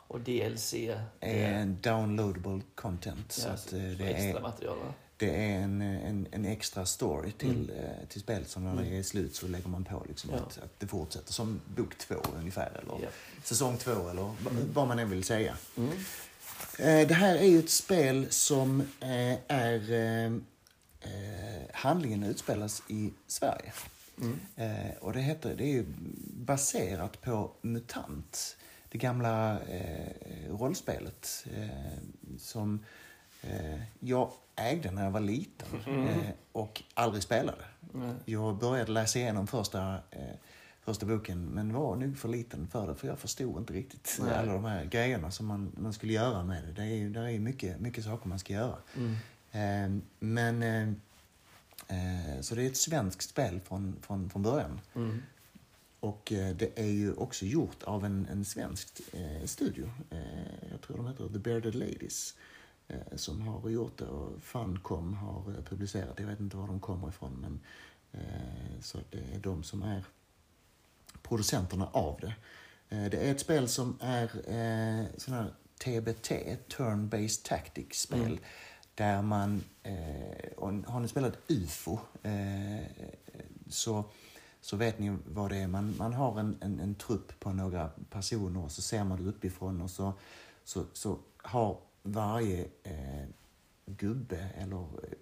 B: Och D L C
A: är en downloadable content. Så
B: ja,
A: att
B: så
A: det
B: extra
A: är,
B: material, va?
A: det är en, en, en extra story till,
B: Mm.
A: eh, till spelet som när
B: Mm.
A: det är slut så lägger man på liksom
B: Ja.
A: att, att det fortsätter som bok två ungefär eller
B: Ja.
A: säsong två eller v-
B: Mm.
A: vad man än vill säga.
B: Mm.
A: Eh, det här är ju ett spel som eh, är eh, eh, handlingen utspelas i Sverige.
B: Mm.
A: Eh, och det heter, det är ju baserat på MUTANT, det gamla eh, rollspelet eh, som eh, jag ägde när jag var liten
B: Mm.
A: eh, och aldrig spelade.
B: Mm.
A: Jag började läsa igenom första, eh, första boken men var nog för liten för det för jag förstod inte riktigt
B: Nej.
A: alla de här grejerna som man, man skulle göra med det. Det är ju det är mycket, mycket saker man ska göra.
B: Mm.
A: Eh, men eh, eh, så det är ett svenskt spel från, från, från början.
B: Mm.
A: Och eh, det är ju också gjort av en, en svensk eh, studio. Eh, jag tror de heter The Bearded Ladies. Eh, som har gjort det och Funcom har eh, publicerat. Jag vet inte var de kommer ifrån. Men, eh, så det är de som är producenterna av det. Eh, det är ett spel som är eh, sån här T B T, Turn-Based Tactics-spel.
B: Mm.
A: Där man, eh, och har ni spelat U F O eh, så, så vet ni vad det är. Man, man har en, en, en trupp på några personer och så ser man det uppifrån och så, så, så har varje eh, gubbe eller eh,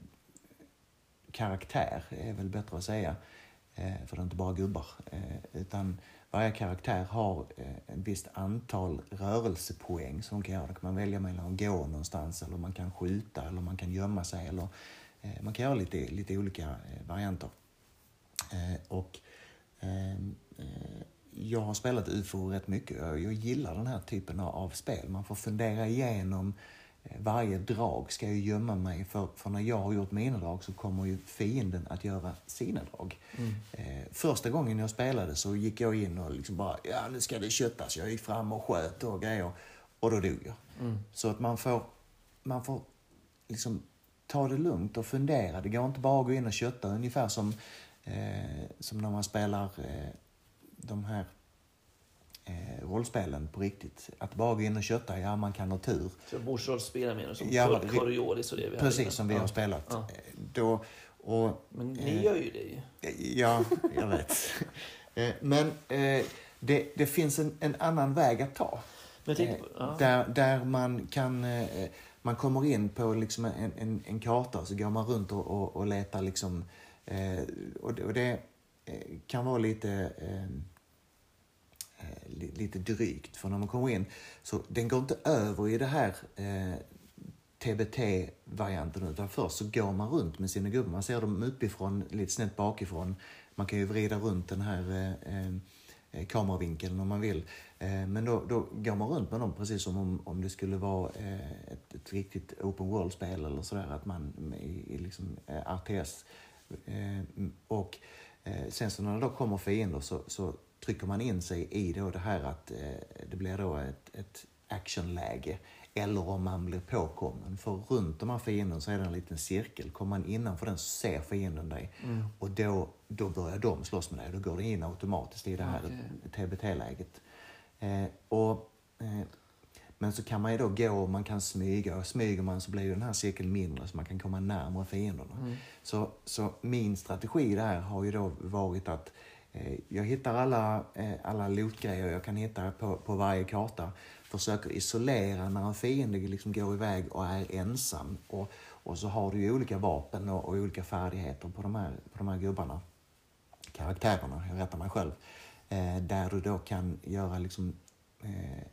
A: karaktär, är väl bättre att säga, eh, för det är inte bara gubbar, eh, utan varje karaktär har eh, ett visst antal rörelsepoäng som man kan göra. Då kan man välja mellan att gå någonstans eller man kan skjuta eller man kan gömma sig eller eh, man kan göra lite, lite olika eh, varianter. Eh, och eh, eh, jag har spelat U F O rätt mycket. Jag, jag gillar den här typen av, av spel. Man får fundera igenom eh, varje drag. Ska jag gömma mig? För, för när jag har gjort mina drag så kommer ju fienden att göra sina drag.
B: Mm.
A: Eh, första gången jag spelade så gick jag in och liksom bara, ja nu ska det köttas. Jag gick fram och sköt och grejer. Och då dog jag.
B: Mm.
A: Så att man får, man får liksom ta det lugnt och fundera. Det går inte bara att gå in och kötta ungefär som, eh, som när man spelar eh, de här eh, rollspelen på riktigt. Att bara gå in och kötta, ja man kan ha tur.
B: Så bordsrollspel menar som
A: Ja,
B: Cor- Coriolis och det vi hade
A: Precis
B: innan.
A: som vi
B: Ja.
A: har spelat.
B: Ja.
A: Då, och,
B: Men ni
A: eh,
B: gör ju det ju.
A: Ja, jag vet. Eh, Men eh, det, det finns en, en annan väg att ta.
B: Men jag tänkte,
A: Eh,
B: ja.
A: Där, där man kan... eh, Man kommer in på liksom en, en, en karta och så går man runt och, och, och letar liksom... eh, Och det, och det eh, kan vara lite... eh, eh, li- lite drygt. För när man kommer in så den går inte över i det här eh, T B T-varianten, utan först så går man runt med sina gubbar. Man ser dem uppifrån, lite snett bakifrån. Man kan ju vrida runt den här eh, eh, kameravinkeln om man vill. Eh, men då, då går man runt med dem precis som om, om det skulle vara eh, ett, ett riktigt open world-spel eller sådär. Att man i, i liksom eh, R T S. Eh, och eh, sen så när det då kommer fiender så, så trycker man in sig i då det här att eh, det blir då ett, ett actionläge. Eller om man blir påkommen. För runt de här fienden så är det en liten cirkel. Kommer man innanför den så ser fienden dig.
B: Mm.
A: Och då, då börjar de slåss med dig. Då går det in automatiskt i det här
B: Okej.
A: T B T-läget. Eh, och, eh, men så kan man ju då gå och man kan smyga. Och smyger man så blir ju den här cirkeln mindre så man kan komma närmare fienderna.
B: Mm.
A: Så, så min strategi där har ju då varit att eh, jag hittar alla, eh, alla lootgrejer jag kan hitta på, på varje karta. Försöker isolera när en fiende liksom går iväg och är ensam. Och, och så har du ju olika vapen och, och olika färdigheter på de här, på de här gubbarna. Karaktärerna, jag rättar mig själv. Eh, där du då kan göra liksom... Eh,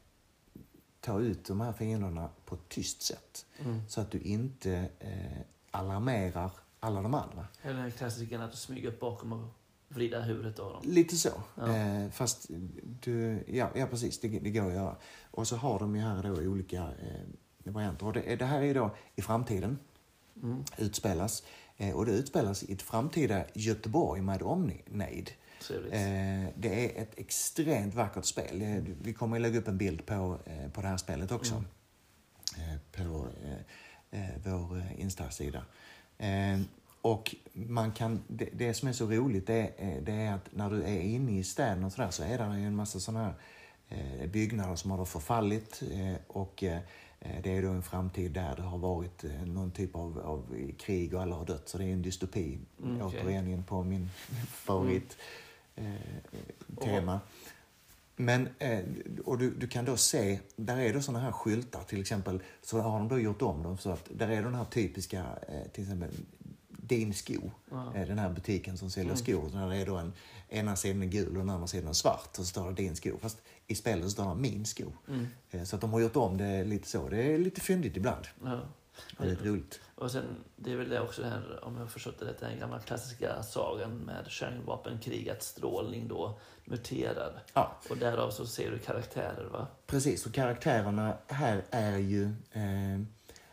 A: ta ut de här fienderna på ett tyst sätt.
B: Mm.
A: Så att du inte eh, alarmerar alla de andra.
B: Eller den här klassiken att du smyger upp bakom och vrida huvudet av dem.
A: Lite så.
B: Ja.
A: Eh, fast du... Ja, ja precis. Det, det går att göra. Och så har de ju här då olika eh, varianter. Och det, det här är ju då i framtiden
B: Mm.
A: utspelas. Eh, och det utspelas i ett framtida Göteborg med omnejd.
B: Trevligt.
A: Eh, det är ett extremt vackert spel. Eh, vi kommer att lägga upp en bild på, eh, på det här spelet också.
B: Mm.
A: Eh, på eh, eh, vår eh, Insta-sida. Eh, och man kan, det, det som är så roligt det är, det är att när du är inne i städerna och så, där, så är det ju en massa sådana här eh, byggnader som har förfallit eh, och eh, det är då en framtid där det har varit eh, någon typ av, av krig och alla har dött. Så det är en dystopi, mm, okay. återigen på min favorit eh, tema. Oh. Men, eh, och du, du kan då se, där är det såna här skyltar till exempel, så har de då gjort om dem så att där är den här typiska, eh, till exempel din sko, wow. eh, den här butiken som säljer mm. skor, så där är då en, ena sidan är gul och den andra sidan är svart och så står det din sko, fast i spelet så står det min sko. Mm. Eh, så att de har gjort om det lite så, det är lite fyndigt ibland. Ja. Det är lite roligt.
B: Och sen, det är väl det också det här, om jag har förstått det rätt, den gamla klassiska sagan med kärnvapenkrig, att strålning då muterar. Ja. Och därav så ser du karaktärer, va?
A: Precis, och karaktärerna här är ju eh, eh,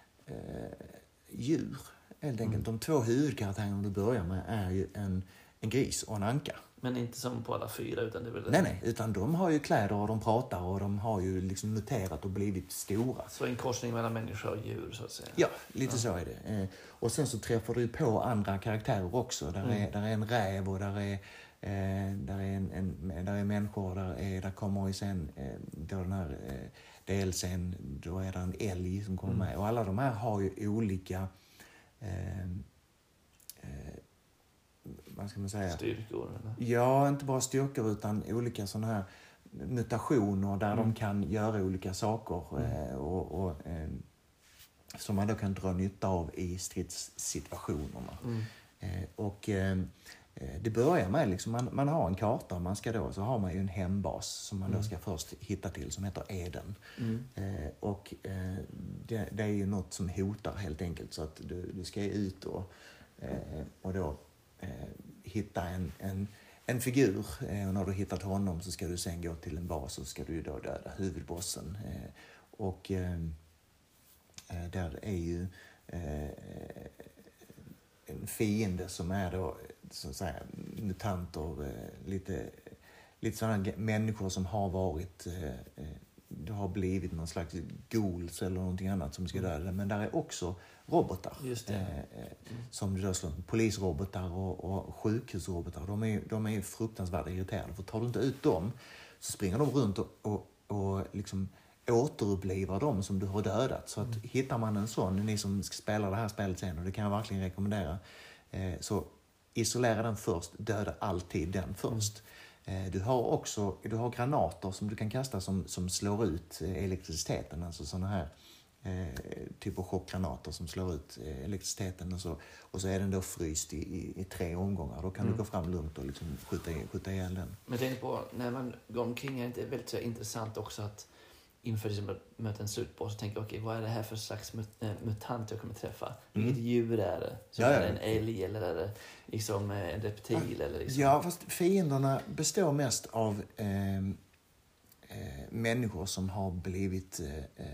A: djur. Helt enkelt. Mm. De två huvudkaraktärerna du börjar med är ju en, en gris och en anka.
B: Men inte som på alla fyra, utan det är väl...
A: Nej, nej, utan de har ju kläder och de pratar och de har ju liksom muterat och blivit stora.
B: Så en korsning mellan människa och djur, så att säga?
A: Ja, lite ja. Så är det. Eh, och sen så träffar du på andra karaktärer också. Där, mm. är, där är en räv och där är, eh, där är, en, en, där är människor. Där, är, där kommer ju sen eh, då den här eh, D L C:n, då är det en älg som kommer mm. med. Och alla de här har ju olika... Eh, eh, vad ska man säga?
B: Styrkor? Eller?
A: Ja, inte bara styrkor utan olika sådana här mutationer där mm. de kan göra olika saker mm. eh, och, och, eh, som man då kan dra nytta av i stridssituationerna. Mm. Eh, och eh, det börjar med liksom, man, man har en karta, man ska då, så har man ju en hembas som man mm. då ska först hitta till som heter Eden. Mm. Eh, och eh, det, det är ju något som hotar helt enkelt, så att du, du ska ut och, eh, och då eh, hitta en, en, en figur. Eh, och när du hittat honom så ska du sen gå till en bas och ska du då döda huvudbossen. Eh, och eh, där är ju eh, en fiende som är då så att säga mutanter, eh, lite, lite sådana människor som har varit, eh, det har blivit någon slags ghouls eller någonting annat som ska döda. Men där är också robotar.
B: Just det.
A: Eh, mm. Som då slår, polisrobotar och, och sjukhusrobotar. De är, de är fruktansvärt irriterade. För tar du inte ut dem så springer de runt och, och, och liksom återupplivar dem som du har dödat. Så att mm. hittar man en sån, ni som spelar det här spelet sen, och det kan jag verkligen rekommendera, eh, så isolera den först, döda alltid den först. Mm. Eh, du har också du har granater som du kan kasta som, som slår ut eh, elektriciteten, alltså såna här eh, typ av chockgranater som slår ut eh, elektriciteten och så, och så är den då fryst i, i, i tre omgångar. Då kan mm. du gå fram lugnt och liksom skjuta, skjuta ihjäl den.
B: Men tänk på, när man går omkring är det väldigt så intressant också att inför liksom att möta en slutboss så tänker jag, okej, okay, vad är det här för slags mut- äh, mutant jag kommer träffa? Mm. Vilket djur är det? Så ja, är det en älg eller är det liksom en reptil? Ja, eller liksom?
A: Ja, fast fienderna består mest av eh, eh, människor som har blivit eh,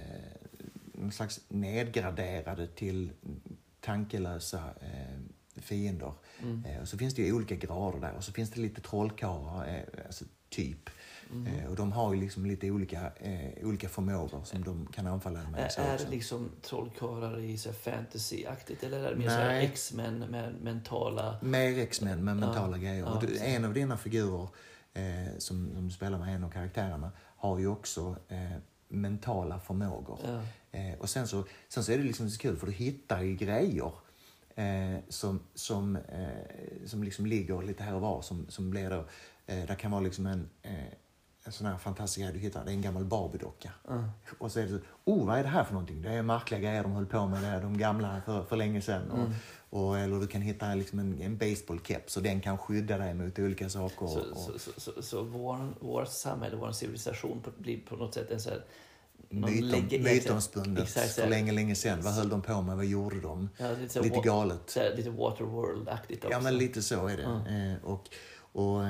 A: en slags nedgraderade till tankelösa eh, fiender. Mm. Eh, och så finns det ju olika grader där. Och så finns det lite trollkarlar, eh, alltså typ. Mm. Eh, och de har ju liksom lite olika, eh, olika förmågor som de kan anfalla med.
B: Är, är det liksom trollkarlar i så fantasy-aktigt eller är det mer så här X-Men med mentala...
A: Mer X-Men med mentala ja. grejer. Ja, och du, en av dina figurer eh, som, som du spelar med, en av karaktärerna, har ju också eh, mentala förmågor. Ja. Eh, och sen så, sen så är det liksom så kul för du hittar ju grejer eh, som, som, eh, som liksom ligger lite här och var som, som blir då... Eh, det kan vara liksom en... Eh, en sån här fantastisk grej du hittar, det är en gammal Barbie-docka. Mm. Och så är det så, oh, vad är det här för någonting? Det är märkliga grejer de höll på med, det, de gamla för, för länge sedan. Mm. Och, och, eller du kan hitta liksom en, en baseballkeps och den kan skydda dig mot olika saker.
B: Så,
A: och,
B: så, så, så, så vår, vår samhälle, vår civilisation blir på något sätt en sån här...
A: Mytom, mytomspunnet för länge, länge sedan. Vad höll de på med? Vad gjorde de?
B: Ja, lite,
A: lite
B: wa-
A: galet.
B: Så, lite Waterworld-aktigt också.
A: Ja, men lite så är det. Mm. Eh, och... och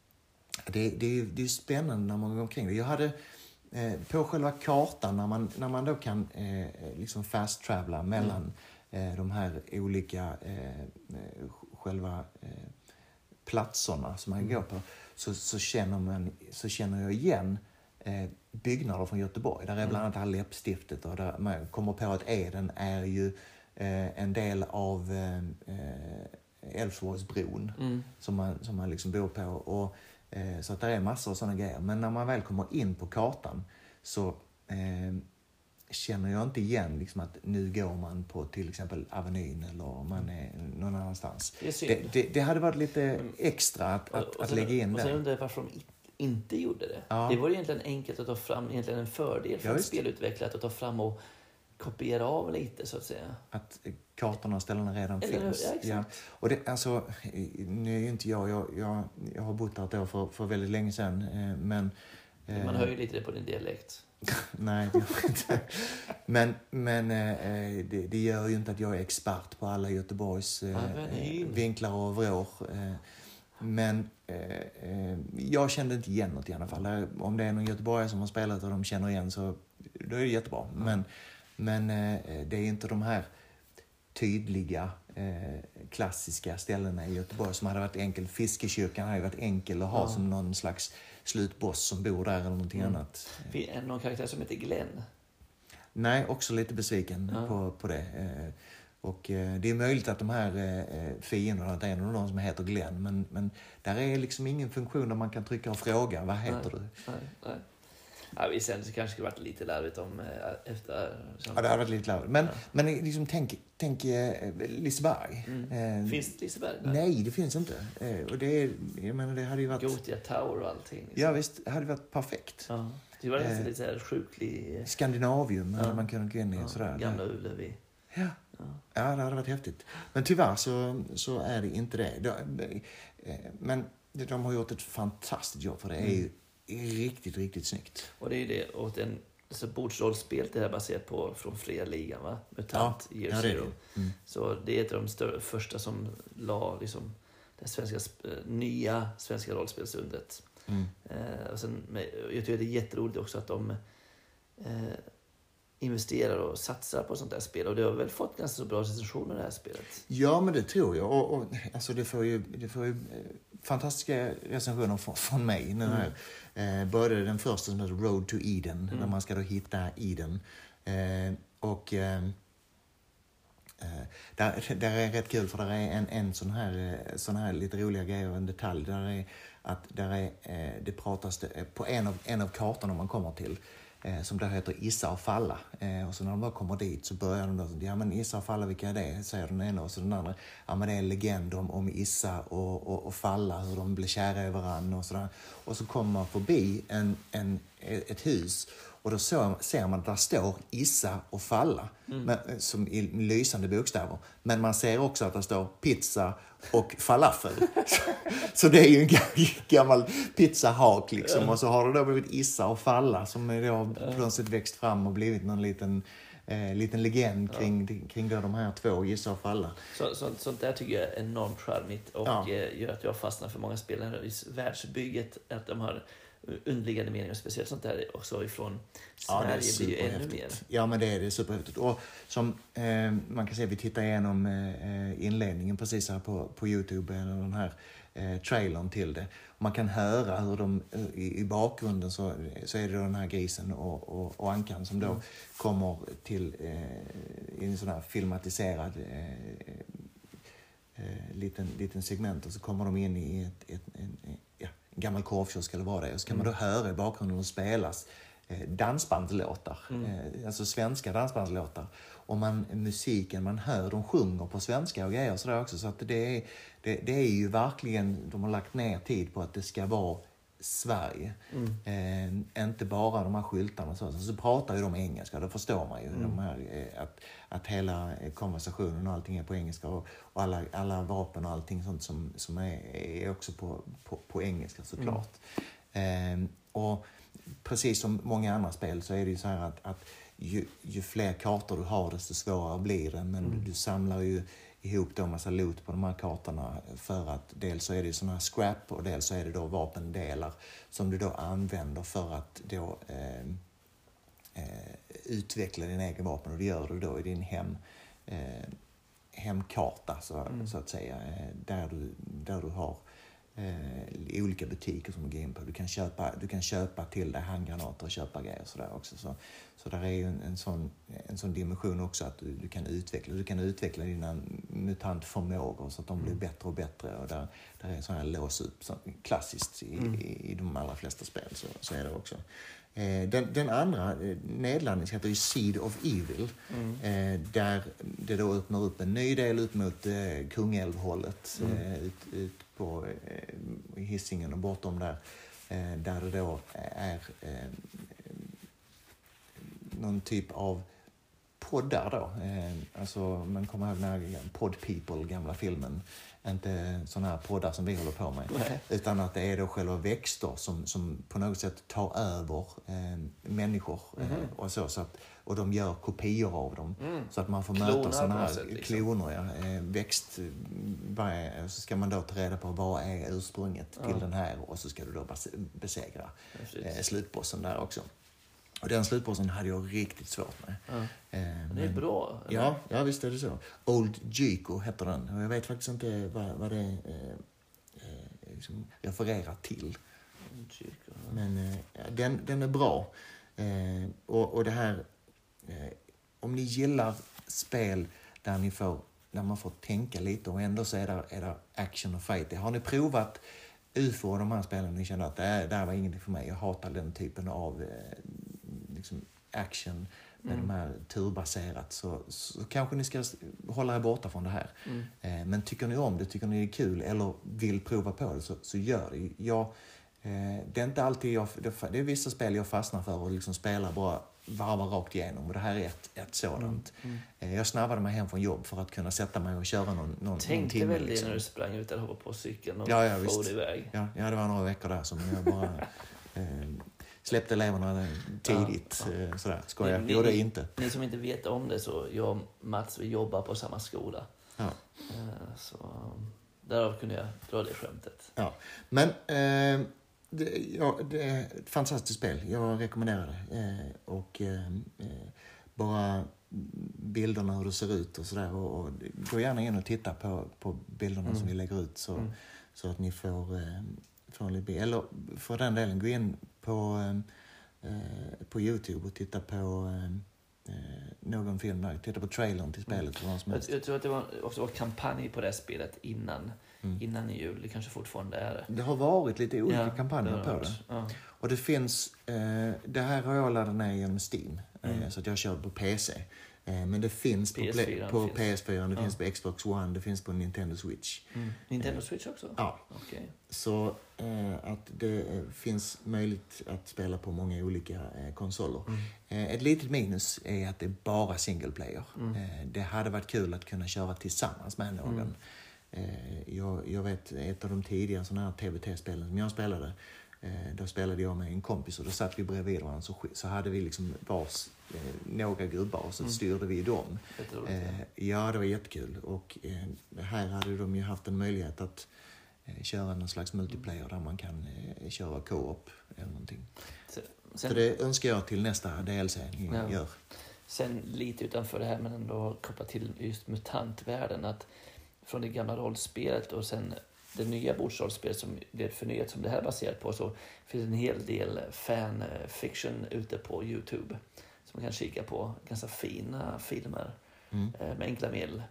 A: Det, det, det är spännande när man går omkring det. Jag hade eh, på själva kartan, när man, när man då kan eh, liksom fast travela mellan mm. eh, de här olika eh, själva eh, platserna som man mm. går på, så, så, känner man, så känner jag igen eh, byggnader från Göteborg. Där är bland annat mm. läppstiftet och där man kommer på att Eden är ju eh, en del av eh, Älvsborgsbron mm. som man, som man liksom bor på. Och Eh, så att det är massor av sådana grejer. Men när man väl kommer in på kartan så eh, känner jag inte igen liksom att nu går man på till exempel Avenyn eller man är någon annanstans.
B: Det är synd.
A: Det, det, det hade varit lite extra att, att,
B: och
A: att
B: sen,
A: lägga in
B: och sen
A: där.
B: undrar jag varför de inte gjorde det.
A: Ja.
B: Det var egentligen enkelt att ta fram, egentligen en fördel för
A: Ja,
B: en
A: visst.
B: spelutvecklare att ta fram och kopiera av lite så att säga.
A: Att kartorna och ställena redan
B: Eller hur?
A: finns.
B: Ja, exakt.
A: Ja. Och det, alltså, nu är ju inte jag, jag, jag, jag har bott här ett år för, för väldigt länge sedan. Eh, men, eh,
B: Man hör ju lite det på din dialekt.
A: nej, det gör jag inte. Men, men eh, det, det gör ju inte att jag är expert på alla Göteborgs eh,
B: Avenyn.
A: vinklar och vrår. Eh, men eh, eh, jag kände inte igen något i alla fall. Där, om det är någon göteborgare som har spelat och de känner igen så då är det jättebra. Mm. Men, men eh, det är inte de här tydliga eh, klassiska ställena i Göteborg som hade varit enkel. Fiskekyrkan hade varit enkel att ha
B: Ja.
A: som någon slags slutboss som bor där eller någonting mm. annat.
B: Finns det någon karaktär som heter Glenn?
A: Nej, också lite besviken
B: Ja.
A: på, på det. Eh, och eh, det är möjligt att de här eh, fienderna, att det är någon av dem som heter Glenn, men, men där är liksom ingen funktion där man kan trycka och fråga, vad heter
B: nej,
A: du?
B: Nej, nej. Ja, vi sen så kanske det varit lite larvigt om eh, efter... Som...
A: Ja, det hade varit lite larvigt. Men,
B: Ja.
A: men liksom, tänk, tänk eh, Liseberg.
B: Mm.
A: Eh,
B: Finns det Liseberg där?
A: Nej, det finns inte. Eh, och det, är, jag menar, det hade ju varit...
B: Gothia Tower och allting. Liksom.
A: Ja, visst. Det hade varit perfekt.
B: Ja. Det var nästan
A: Eh,
B: lite så här sjuklig...
A: Skandinavium
B: Ja.
A: hade man kunnat gå in i.
B: Ja,
A: Sådär.
B: Gamla Ullevi.
A: Ja.
B: Ja.
A: Ja, det hade varit häftigt. Men tyvärr så, så är det inte det. De, eh, men de har gjort ett fantastiskt jobb för det. Det är ju riktigt, riktigt snyggt.
B: Och det är ju det. Och den, alltså bordsrollspel det här baserat på från Fria Ligan, va? Mutant
A: Ja,
B: Year
A: ja, det är
B: Zero.
A: det. Mm.
B: Så det är ett av de större, första som la liksom det svenska, sp- nya svenska rollspelsundret.
A: Mm.
B: Eh, och sen, med, jag tycker det är jätteroligt också att de eh, investerar och satsar på sånt där spel. Och det har väl fått ganska så bra recensioner det här spelet.
A: Ja, men det tror jag. Och, och, alltså det får ju, det får ju eh, fantastiska recensioner från, från mig. Nu här. Mm. Eh, både den första som heter Road to Eden, mm. där man ska då hitta Eden. Eh, och eh, där, där är rätt kul, för där är en, en sån här, sån här lite roliga grejer, en detalj. Där är att där är, eh, det pratas det, på en av, en av kartorna man kommer till. Eh, som då heter Issa och Falla. Eh, och så när de bara kommer dit så börjar de då, ja men Issa och Falla, vilka är det? Säger den ena, och så den andra, ja men det är en legend om, om Issa och, och, och Falla, hur de blir kära i varandra och sådär. Och så kommer man förbi en, en, ett hus och då så, ser man att där står Issa och Falla mm. men, som i lysande bokstäver. Men man ser också att det står pizza och falafel. så, så det är ju en gammal pizzahak liksom. Och så har det då blivit Issa och Falla som är då plötsligt växt fram och blivit någon liten, eh, liten legend kring, ja. kring då de här två, Issa och Falla.
B: Så, så, sånt där tycker jag är enormt charmigt och ja. eh, gör att jag fastnar för många spelare i världsbygget, att de har underliggande meningar, speciellt sånt där också ifrån Sverige, ja, blir ju ännu mer.
A: Ja, men det är det superhäftigt. Och som eh, man kan se, vi tittar igenom eh, inledningen precis här på, på YouTube, eller den här eh, trailern till det. Och man kan höra hur de i, i bakgrunden så, så är det då den här grisen och, och, och ankan som då mm. kommer till eh, i en sån här filmatiserad eh, eh, liten, liten segment, och så kommer de in i ett, ett, en, en gammal korvkiosk eller vad det är. Och så kan mm. man då höra i bakgrunden och spelas eh, dansbandslåtar. Mm. Eh, alltså svenska dansbandslåtar. Och man, musiken man hör, de sjunger på svenska och grejer och sådär också. Så att det är, det, det är ju verkligen, de har lagt ner tid på att det ska vara Sverige. Mm. Eh, inte bara de här skyltarna. Så, så pratar ju de engelska, då förstår man ju mm. de här, eh, att, att hela konversationen och allting är på engelska. Och, och alla, alla vapen och allting sånt som, som är, är också på, på, på engelska såklart. Mm. Eh, och precis som många andra spel så är det ju så här att, att ju, ju fler kartor du har desto svårare blir det. Men mm. du samlar ju ihop då en massa loot på de här kartorna, för att dels så är det såna här scrap och dels så är det då vapendelar som du då använder för att då eh, eh, utveckla din egen vapen, och det gör du då i din hem, eh, hemkarta så, mm. så att säga, där du, där du har eh, i olika butiker som du går in på. Du kan köpa, du kan köpa till dig handgranater och köpa grejer sådär också. Så, så där är ju en, en, sån, en sån dimension också att du, du kan utveckla. Du kan utveckla dina mutantförmågor så att de blir bättre och bättre. Och där, där är sådana här lås upp, så klassiskt i, mm. i, i de allra flesta spel, så, så är det också. Eh, den, den andra eh, nedladdningen heter ju Seed of Evil. Mm. Eh, där det då öppnar upp en ny del ut mot eh, Kungälvhållet. Mm. Eh, ut, ut på eh, Hisingen och bortom där. Eh, där det då är eh, någon typ av poddar då. Eh, alltså man kommer ihåg den här Pod People, gamla filmen. Inte sådana här poddar som vi håller på med. Nej. Utan att det är då själva växter som, som på något sätt tar över eh, människor. Mm. Eh, och, så, så att, och de gör kopior av dem. Mm. Så att man får kloner möta sådana här sätt, liksom. kloner. Ja. Eh, växt, är, så ska man då ta reda på vad är ursprunget ja. till den här. Och så ska du då besegra eh, slutbossen där också. Och den slutbossen hade jag riktigt svårt med.
B: Ja. Eh, det är bra.
A: Eller? Ja, ja, visst är det så. Old Gyko heter den. Och jag vet faktiskt inte vad, vad det eh, eh, liksom refererar till.
B: Gyko, ja.
A: Men eh, den, den är bra. Eh, och, och det här... Eh, om ni gillar spel där, ni får, där man får tänka lite och ändå så är det, är det action och fight. Har ni provat U F O och de här spelen och ni känner att det, är, det här var ingenting för mig. Jag hatar den typen av... Eh, liksom action med mm. de här turbaserat så, så kanske ni ska hålla er borta från det här. Mm. Eh, men tycker ni om det, tycker ni det är kul eller vill prova på det så, så gör det. Jag, eh, det är inte alltid jag, det, det är vissa spel jag fastnar för och liksom spelar bara varva rakt igenom och det här är ett, ett sådant. Mm. Mm. Eh, jag snabbade mig hem från jobb för att kunna sätta mig och köra någon, någon,
B: Tänkte
A: någon timme.
B: Tänkte väl
A: liksom.
B: när du sprang ut eller hoppade på cykeln och
A: ja, ja,
B: for iväg.
A: Ja, ja, det var några veckor där som jag bara... eh, släppte eleverna tidigt. Ja, ja. Sådär. Skojar. Ni, jo, det är inte.
B: Ni som inte vet om det så jag och Mats vi jobbar på samma skola.
A: Ja.
B: Så därav kunde jag dra det skämtet.
A: Ja. Men eh, det, ja, det är ett fantastiskt spel. Jag rekommenderar det. Eh, och eh, bara bilderna hur det ser ut och sådär. Och, och gå gärna in och titta på, på bilderna mm. som vi lägger ut så, mm. så att ni får, eh, får en lite... Eller för den delen, gå in på, eh, på YouTube och titta på eh, någon film där. Titta på trailern till spelet. Mm.
B: Jag, jag tror att det var också var kampanj på det spelet innan, mm. innan i jul. Det kanske fortfarande är det.
A: Det har varit lite olika ja, kampanjer
B: det
A: på det.
B: Ja.
A: Och det finns, eh, det här har jag laddat ner genom Steam. Mm. Eh, så att jag kör på P C. Eh, men det finns på,
B: P S fyra,
A: på
B: finns.
A: P S fyra, det
B: ja.
A: finns på Xbox One, det finns på Nintendo Switch.
B: Mm. Nintendo Switch också?
A: Ja.
B: Okay.
A: Så eh, att det eh, finns möjligt att spela på många olika eh, konsoler. Mm. Eh, ett litet minus är att det är bara single player. Mm. Eh, det hade varit kul att kunna köra tillsammans med någon. Mm. Eh, jag, jag vet ett av de tidigare sådana här T V T-spelen som jag spelade. Eh, då spelade jag med en kompis och då satt vi bredvid varandra så, så hade vi liksom vars eh, några gubbar och så mm. styrde vi dem. Eh, ja, det var jättekul. Och eh, här hade de ju haft en möjlighet att eh, köra någon slags multiplayer där man kan eh, köra co-op eller någonting. Sen, så det önskar jag till nästa D L C ni ja. gör.
B: Sen lite utanför det här men ändå kopplat till just mutantvärlden att från det gamla rollspelet och sen det nya bordsrollspel som blev förnyat som det här är baserat på så finns en hel del fanfiction ute på YouTube som man kan kika på. Ganska fina filmer mm. med enkla medel.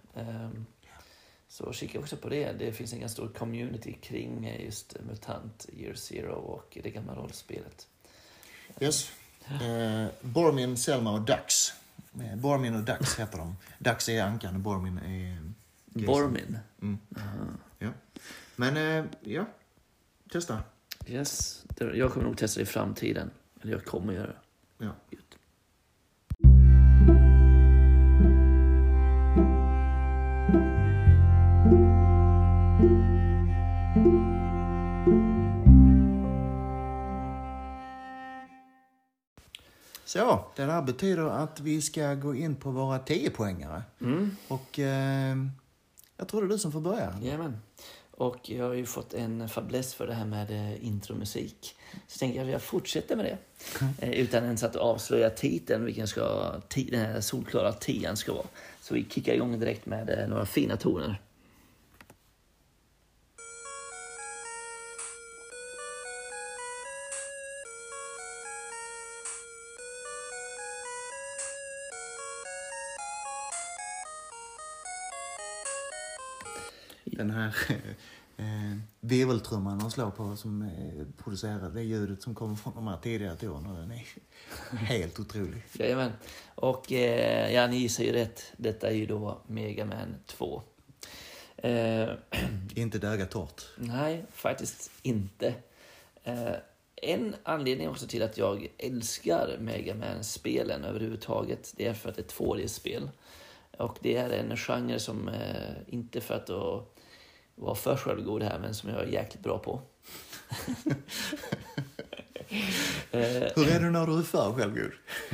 B: Så kika också på det. Det finns en ganska stor community kring just MUTANT Year Zero och det gamla rollspelet.
A: Yes. Eh, Bormin, Selma och Dax. Eh, Bormin och Dax heter de. Dax är ankan och Bormin är... Gesen.
B: Bormin?
A: Mm. Ja. Men eh, ja, testa.
B: Yes, jag kommer nog testa det i framtiden. Eller jag kommer göra det.
A: Ja.
B: Just.
A: Så, det där betyder att vi ska gå in på våra tio poängare. Mm. Och eh, jag tror det är du som får börja.
B: Jajamän. Och jag har ju fått en fäbless för det här med eh, intromusik. Så tänkte jag att jag fortsätter med det. Mm. Eh, utan ens att avslöja titeln, vilken ska, t- den här solklara tian ska vara. Så vi kickar igång direkt med eh, några fina toner.
A: den här eh, virveltrumman de slår på som eh, producerar det ljudet som kommer från de här tidigare tonerna. Den är helt otrolig.
B: Jajamän. Och eh, ja, ni gissar ju rätt. Detta är ju då Mega Man två. Eh,
A: Inte döga torrt.
B: nej, faktiskt inte. Eh, en anledning också till att jag älskar Mega Man-spelen överhuvudtaget, det är för att det är ett två D-spel. Och det är en genre som, eh, inte för att uh, vara för självgod här, men som jag är jäkligt bra på. eh,
A: Hur är det när du är för självgod?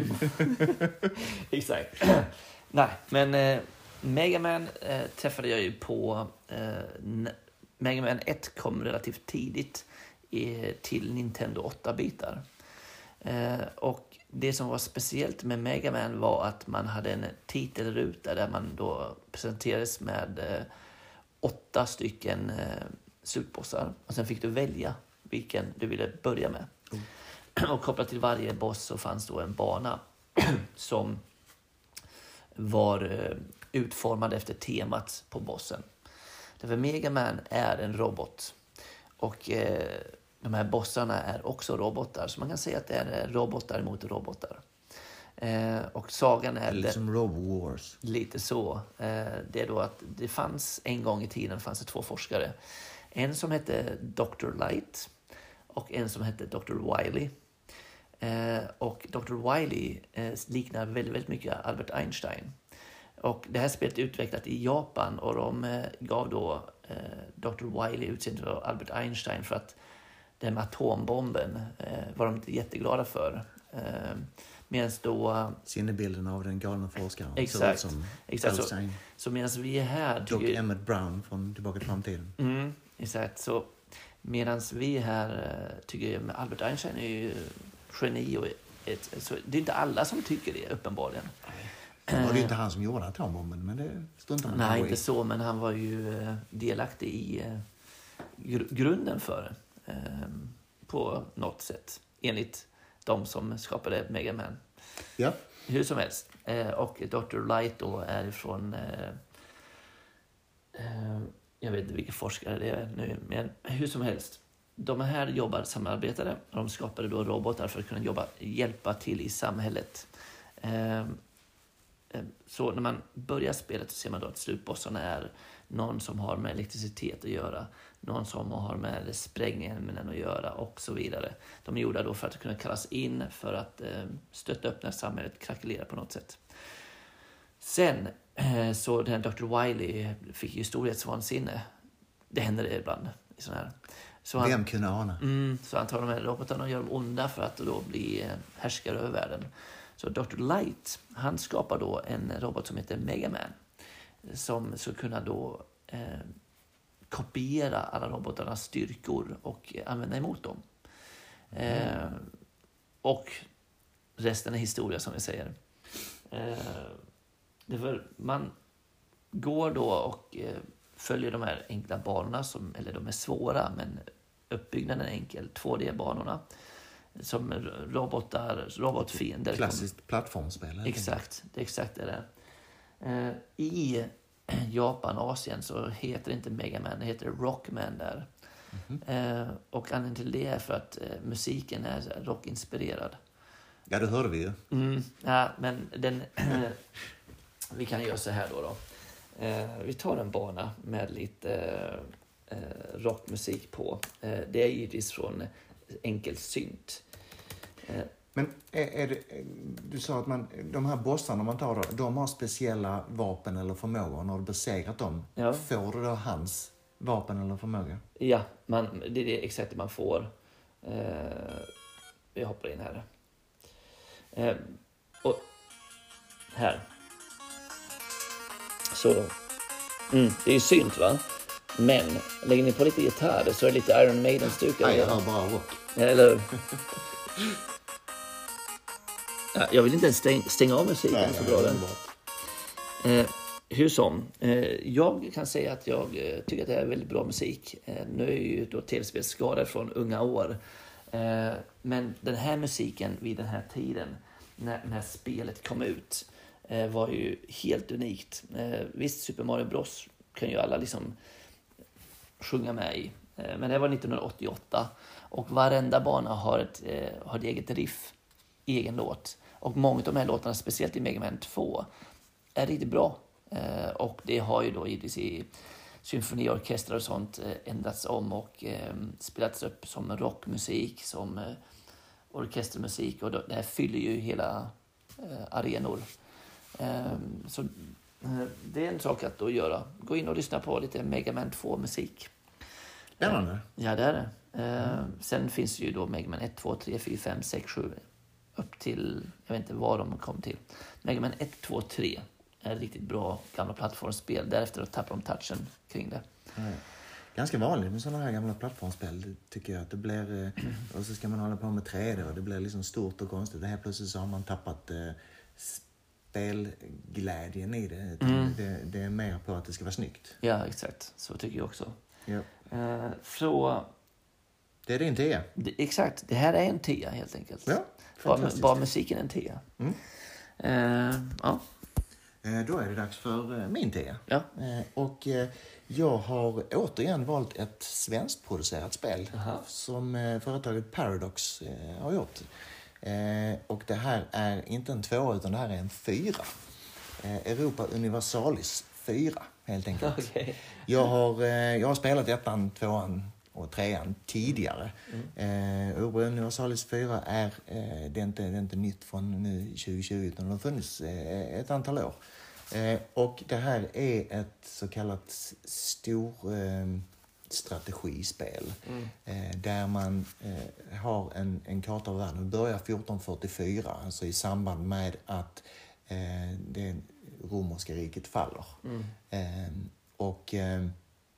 B: Exakt. Nej, men eh, Mega Man eh, träffade jag ju på... Eh, n- Mega Man ett kom relativt tidigt i, till Nintendo åtta-bitar. Eh, och det som var speciellt med Mega Man var att man hade en titelruta där man då presenterades med eh, åtta stycken eh, slutbossar. Och sen fick du välja vilken du ville börja med. Mm. Och kopplat till varje boss så fanns då en bana som var eh, utformad efter temat på bossen. Därför Mega Man är en robot. Och eh, de här bossarna är också robotar. Så man kan säga att det är robotar mot robotar. Eh, och sagan är...
A: Lite som Robo Wars.
B: Lite så. Eh, det är då att det fanns en gång i tiden fanns det två forskare. En som hette doktor Light och en som hette doktor Wily. Eh, och doktor Wily eh, liknar väldigt, väldigt mycket Albert Einstein. Och det här spelet är utvecklat i Japan och de eh, gav då eh, doktor Wily utseendet för Albert Einstein för att det med atombomben eh, var de inte jätteglada för. Eh, Medan då...
A: Sinnebilden av den galna forskaren.
B: Exakt.
A: Som
B: exakt. Så, så medan vi är här...
A: Doc jag... Emmett Brown från Tillbaka till framtiden.
B: Mm, exakt. Så medan vi är här tycker jag med Albert Einstein är ju geni. Och ett, så det är inte alla som tycker det, uppenbarligen.
A: Det var det inte han som gjorde atombomben, men det struntar man
B: Nej,
A: i.
B: inte så, men han var ju delaktig i gr- grunden för det. Eh, på något sätt. Enligt de som skapade Mega Man.
A: Ja.
B: Hur som helst. Eh, och doktor Light då är från... Eh, eh, jag vet inte vilka forskare det är nu. Men hur som helst. De här jobbar samarbetade. De skapade då robotar för att kunna jobba, hjälpa till i samhället. Eh, Så när man börjar spelet så ser man då att slutbossarna är någon som har med elektricitet att göra, någon som har med sprängämnen att göra och så vidare. De är gjorda då för att kunna kallas in för att eh, stötta upp när samhället krackelerar på något sätt. Sen eh, så den doktor Wily fick ju storhetsvansinne. Det händer det ibland i sån här. Så han,
A: Vem kunde ana?
B: Mm, så han tar de här robotarna och gör dem onda för att då bli eh, härskare över världen. Så doktor Light, han skapar då en robot som heter Mega Man. Som skulle kunna då eh, kopiera alla robotarnas styrkor och använda emot dem. Mm. Eh, och resten är historia, som vi säger. Eh, därför man går då och eh, följer de här enkla banorna, som, eller de är svåra men uppbyggnaden är enkel, två D-banorna. Som robotar, robotfiender.
A: Klassiskt plattformsspel.
B: Exakt, det är exakt det där. Eh, I Japan och Asien så heter det inte Mega Man, det heter Rockman där. Mm-hmm. Eh, och anledningen till det är för att eh, musiken är rockinspirerad.
A: Ja, det hörde vi ju.
B: Mm, ja, men den... vi kan göra så här då. då. Eh, vi tar en bana med lite eh, rockmusik på. Eh, det är givetvis från enkel synt.
A: Men är, är det, du sa att man, de här bossarna man tar då, de har speciella vapen eller förmågor. När du besegrat dem, ja. Får du då hans vapen eller förmåga?
B: Ja, man, det är det exakt det man får. Eh, vi hoppar in här. Eh, och här. Så. Mm, det är ju synt, va? Men lägger ni på lite gitarr så är det lite Iron Maiden-stukar.
A: Nej, jag hör bara rock.
B: Eller ja, jag vill inte ens stäng, stänga av musiken. Nej, så bra den. Eh, hur som. Eh, jag kan säga att jag eh, tycker att det är väldigt bra musik. Eh, nu är jag ju då tv-spelsskadad från unga år. Eh, men den här musiken vid den här tiden, när, när spelet kom ut, eh, var ju helt unikt. Eh, visst, Super Mario Bros kan ju alla liksom sjunga med i. Eh, men det var nittonhundraåttioåtta. Och varenda bana har ett, eh, har ett eget riff, egen låt. Och många av de här låtarna, speciellt i Mega Man två, är riktigt bra. Eh, och det har ju då givetvis i symfoniorkestrar och sånt eh, ändrats om och eh, spelats upp som rockmusik, som eh, orkestermusik. Och då, det här fyller ju hela eh, arenor. Eh, så eh, det är en sak att då göra. Gå in och lyssna på lite Mega Man två-musik.
A: Spännande.
B: Eh, ja, det är det. Eh, mm. Sen finns det ju då Mega Man ett, två, tre, fyra, fem, sex, sju upp till, jag vet inte vad de kom till. Mega Man ett, två, tre är ett riktigt bra gamla plattformsspel. Därefter då tappar de touchen kring det.
A: Mm. Ganska vanligt med sådana här gamla plattformsspel, tycker jag. Att det blir, och så ska man hålla på med tre D och det blir liksom stort och konstigt. Det här plötsligt så har man tappat eh, spelglädjen i det. Mm. det. Det är mer på att det ska vara snyggt.
B: Ja, exakt. Så tycker jag också.
A: Ja.
B: Eh, så...
A: Det är din tia.
B: Det, exakt. Det här är en tia helt enkelt.
A: Ja,
B: bara, bara musiken är en tia.
A: Mm.
B: Eh, ja.
A: Eh, då är det dags för eh, min tia.
B: Ja.
A: Eh, och eh, jag har återigen valt ett svenskproducerat spel.
B: Aha.
A: Som eh, företaget Paradox eh, har gjort. Eh, och det här är inte en tvåa utan det här är en fyra. Eh, Europa Universalis fyra helt enkelt.
B: Okay.
A: Jag, har, eh, jag har spelat ettan, tvåan och trean tidigare. Mm. Eh, Europa Universalis fyra är, eh, det är, inte, det är inte nytt från nu tjugo tjugo utan det har funnits eh, ett antal år. Eh, och det här är ett så kallat stor eh, strategispel. Mm. Eh, där man eh, har en, en karta av världen. Det börjar fjorton fyrtiofyra, alltså i samband med att eh, det romerska riket faller. Mm. Eh, och eh,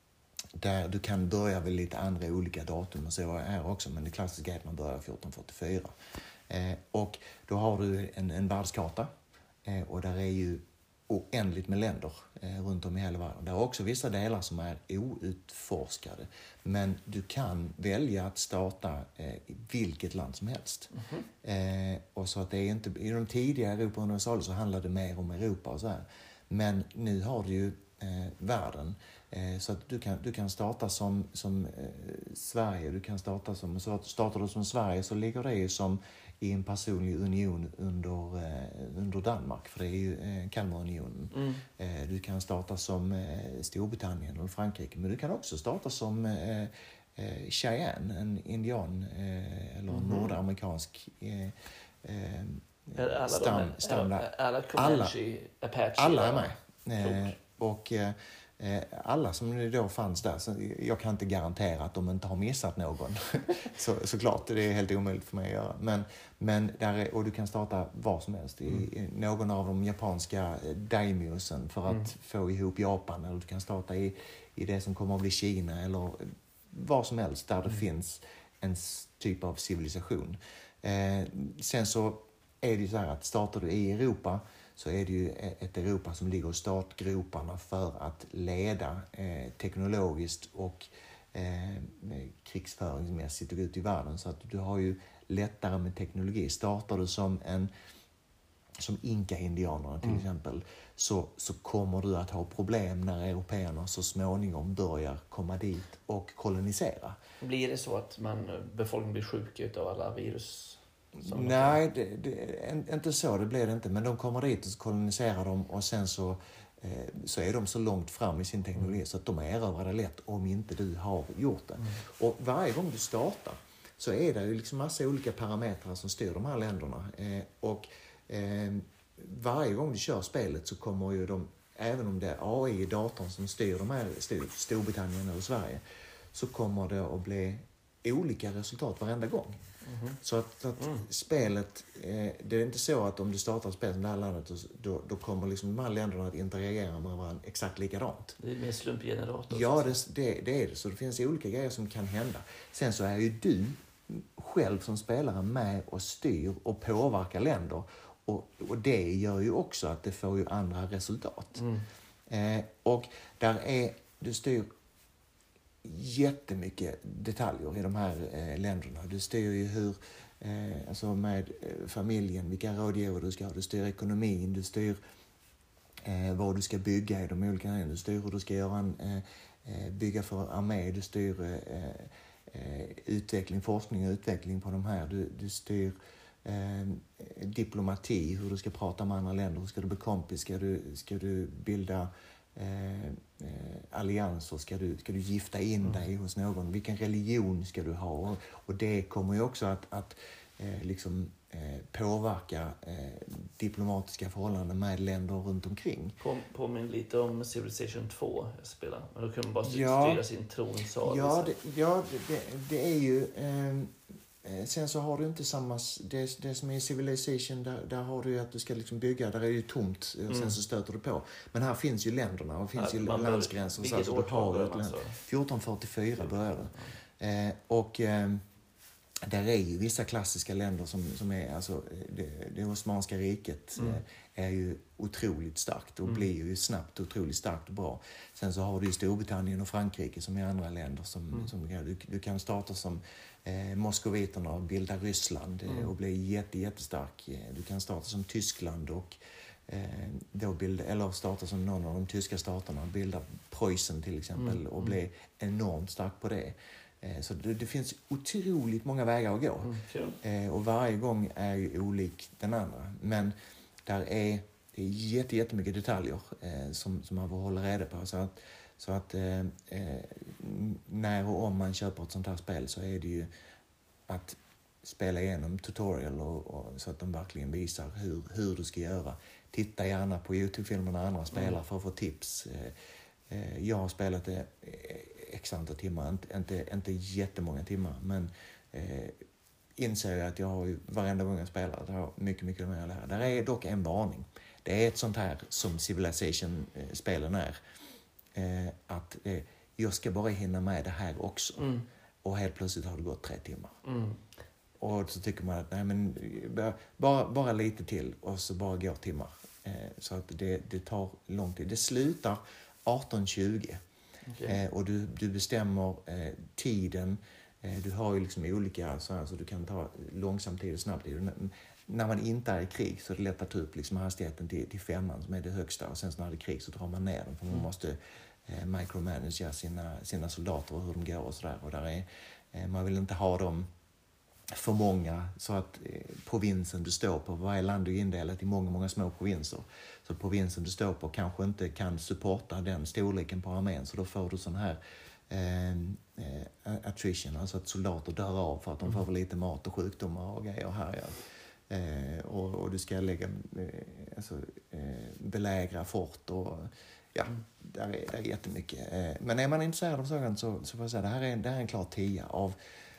A: där du kan börja vid lite andra olika datum och så är också, men det klassiska är att man börjar fjorton fyrtiofyra. Eh, och då har du en, en världskarta eh, och där är ju oändligt med länder eh, runt om i hela världen. Det är också vissa delar som är outforskade. Men du kan välja att starta eh, i vilket land som helst. Mm-hmm. Eh, och så att det är inte, i de tidiga Europa Universalis så handlade det mer om Europa och så här. Men nu har du ju eh, världen. Eh, så att du kan, du kan starta som, som eh, Sverige. Du kan starta som, så startar du som Sverige så ligger det ju som i en personlig union under, eh, under Danmark, för det är ju eh, Kalmarunionen. Mm. Eh, du kan starta som eh, Storbritannien eller Frankrike, men du kan också starta som eh, eh, Cheyenne, en indian eh, eller mm. nordamerikansk eh, eh,
B: alla
A: stam,
B: är,
A: stam
B: alla, alla Comanche, Apache.
A: Alla är med. Eh, och eh, alla som då fanns där, så jag kan inte garantera att de inte har missat någon. så, såklart, det är helt omöjligt för mig att göra. Men, men där är, och du kan starta var som helst i, mm. i någon av de japanska daimyosen för att mm. få ihop Japan. Eller du kan starta i, i det som kommer att bli Kina eller var som helst där det mm. finns en typ av civilisation. Eh, sen så är det ju så här att startar du i Europa så är det ju ett Europa som ligger i startgroparna för att leda eh, teknologiskt och eh, krigsföringsmässigt och ut i världen. Så att du har ju lättare med teknologi. Startar du som en som inka-indianerna till mm. exempel så, så kommer du att ha problem när européerna så småningom börjar komma dit och kolonisera.
B: Blir det så att man, befolkningen blir sjuk utav alla virus?
A: Nej, det, det, inte så, det blir det inte. Men de kommer dit och så koloniserar dem och sen så, eh, så är de så långt fram i sin teknologi mm. så att de är erövrade lätt om inte du har gjort det. Mm. Och varje gång du startar så är det ju liksom massa olika parametrar som styr de här länderna. Eh, och eh, varje gång du kör spelet så kommer ju de, även om det är A I i datorn som styr de här, styr Storbritannien eller Sverige, så kommer det att bli olika resultat varenda gång. Mm-hmm. Så att, att mm. spelet, eh, det är inte så att om du startar ett spel som det här landet då, då kommer liksom de här länderna att interagera med varandra exakt likadant.
B: Det är mer slumpgenerator.
A: Ja, det, det, det är det. Så det finns olika grejer som kan hända. Sen så är ju du själv som spelare med och styr och påverkar länder. Och, och det gör ju också att det får ju andra resultat. Mm. Eh, och där är, du styr jättemycket detaljer i de här eh, länderna. Du styr ju hur, eh, alltså med eh, familjen, vilka rådgivare du ska ha. Du styr ekonomin, du styr eh, vad du ska bygga i de olika länderna. Du styr hur du ska göra en, eh, eh, bygga för armé, du styr eh, eh, utveckling, forskning och utveckling på de här. Du, du styr eh, diplomati, hur du ska prata med andra länder, hur ska du bli kompis, ska du, ska du bilda eh, eh, allianser, ska du, ska du gifta in mm. dig hos någon, vilken religion ska du ha? Och, och det kommer ju också att, att eh, liksom eh, påverka eh, diplomatiska förhållanden med länder runt omkring.
B: På, påminner lite om Civilization två jag spelar, men då kan man bara
A: ja,
B: styra sin tronsal.
A: Ja, det, ja det, det, det är ju... Eh, sen så har du inte samma... Det, det som är Civilization, där, där har du ju att du ska liksom bygga, där är det ju tomt och sen mm. så stöter du på. Men här finns ju länderna och finns ja, ju landsgränser.
B: Vilket
A: så
B: år tar det?
A: Alltså. fjorton fyrtiofyra började det. Eh, och... Eh, där är ju vissa klassiska länder som, som är, alltså det, det Osmanska riket mm. är ju otroligt starkt och mm. blir ju snabbt otroligt starkt och bra. Sen så har du ju Storbritannien och Frankrike som är andra länder som, mm. som du, du kan starta som eh, moskoviterna och bilda Ryssland mm. och bli jätte, jättestark. Du kan starta som Tyskland och eh, då bilda, eller starta som någon av de tyska staterna och bilda Preussen till exempel mm. och bli enormt stark på det. Så det, det finns otroligt många vägar att gå. Mm, cool. eh, och varje gång är ju olik den andra. Men där är, det är jätte, jättemycket detaljer eh, som, som man får hålla reda på. Så att, så att eh, när och om man köper ett sånt här spel så är det ju att spela igenom tutorial och, och, så att de verkligen visar hur, hur du ska göra. Titta gärna på YouTube-filmer när andra spelar mm. för att få tips. Eh, eh, jag har spelat det eh, x antal timmar, inte, inte, inte jättemånga timmar, men eh, inser jag att jag har ju varenda gång jag spelar, det har mycket, mycket mer att lära. Där är dock en varning. Det är ett sånt här som Civilization-spelen är. Eh, att eh, jag ska bara hinna med det här också. Mm. Och helt plötsligt har det gått tre timmar. Mm. Och så tycker man att nej, men bara, bara lite till och så bara går timmar. Eh, så att det, det tar lång tid. Det slutar arton tjugo. Okay. Eh, och du, du bestämmer eh, tiden. Eh, du har ju liksom olika så, här, så du kan ta långsam tid och snabb tid. N- när man inte är i krig så är det lätt att ta upp liksom hastigheten till, till femman som är det högsta. Och sen så när det är krig så drar man ner den. För man mm. måste eh, micromanagera sina, sina soldater och hur de går och sådär. Och där är, eh, man vill inte ha dem för många så att eh, provinsen du står på, varje land är indelat i många, många små provinser. Så provinsen du står på kanske inte kan supporta den storleken på armén, så då får du sån här eh, eh, attrition, alltså att soldater dör av för att de får för lite mat och sjukdomar och grejer här. Ja. Eh, och, och du ska lägga, eh, alltså, eh, belägra fort och ja, mm. där, är, där är jättemycket. Eh, men är man intresserad av sådant så, så får jag säga det här är, det här är en klar tia av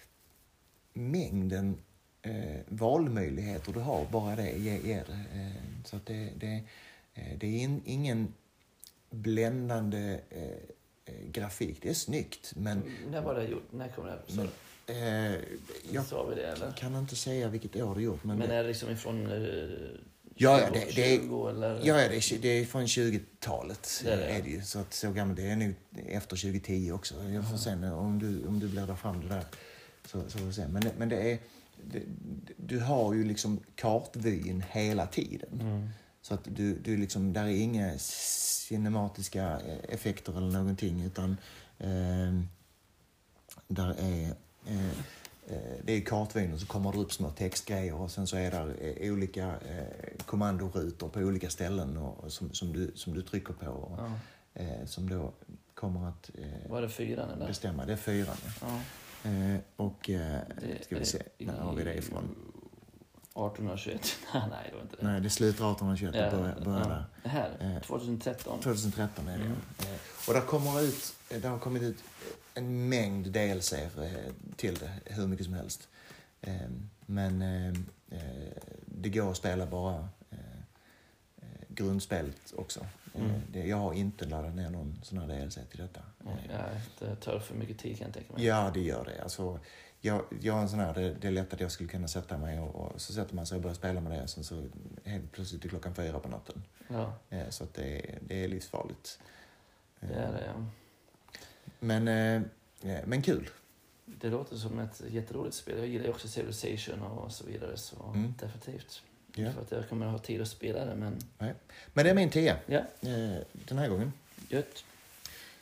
A: mängden eh, valmöjligheter du har, bara det ger, ger det. Eh, så att det, det, eh, det är in, ingen bländande eh, grafik. Det är snyggt, men...
B: När var det gjort? När kom det här?
A: Men, eh, jag
B: sa vi det, eller?
A: Kan inte säga vilket år det är gjort. Men,
B: men
A: det,
B: är det liksom ifrån eh,
A: ja, ja, det, det är,
B: tjugo eller?
A: Ja, det är, det är från tjugotalet.
B: Det är, det.
A: är det ju. Så att så gammalt, det är nog efter tjugohundratio också. Jag får se om du, om du bläddrar fram det där. Så, så får vi se. Men, men det är, det, du har ju liksom kartvyn hela tiden. Mm. Så att du, du liksom, där är inga cinematiska effekter eller någonting, utan eh, där är eh, det är kartvyn och så kommer det upp små textgrejer och sen så är det olika eh, kommandorutor på olika ställen och, och som, som, du, som du trycker på och, ja. eh, som då kommer att eh,
B: var det fyran eller?
A: bestämma. Det är fyran, ja. Eh, och eh,
B: det,
A: ska vi se, när har vi det ifrån?
B: arton tjugoett. Nej, det var inte det.
A: Nej, det slutar arton tjugoett och
B: ja,
A: börjar, börjar
B: ja.
A: där.
B: Det här, eh, tjugohundratretton.
A: tjugohundratretton är det, mm. eh, och där kommer ut, det har kommit ut en mängd D L C eh, till det, hur mycket som helst. Eh, men eh, det går att spela bara eh, grundspelet också. Mm. Eh, det, jag har inte laddat ner någon sån här D L C till detta.
B: Mm, ja, det tar för mycket tid kan jag tänka mig.
A: Ja, det gör det. Alltså, jag, jag är en sån här, det, det är lätt att jag skulle kunna sätta mig och, och så sätter man sig och börjar spela med det och sen så helt plötsligt är klockan fyra på natten. Ja. Eh, så att det, det är livsfarligt.
B: Det är det, ja.
A: Men, eh, men kul.
B: Det låter som ett jätteroligt spel. Jag gillar också Civilization och så vidare, så mm. definitivt. Ja. För att jag kommer att ha tid att spela det, men...
A: Nej. Men det är min tia.
B: Ja.
A: Eh, den här gången.
B: Gött.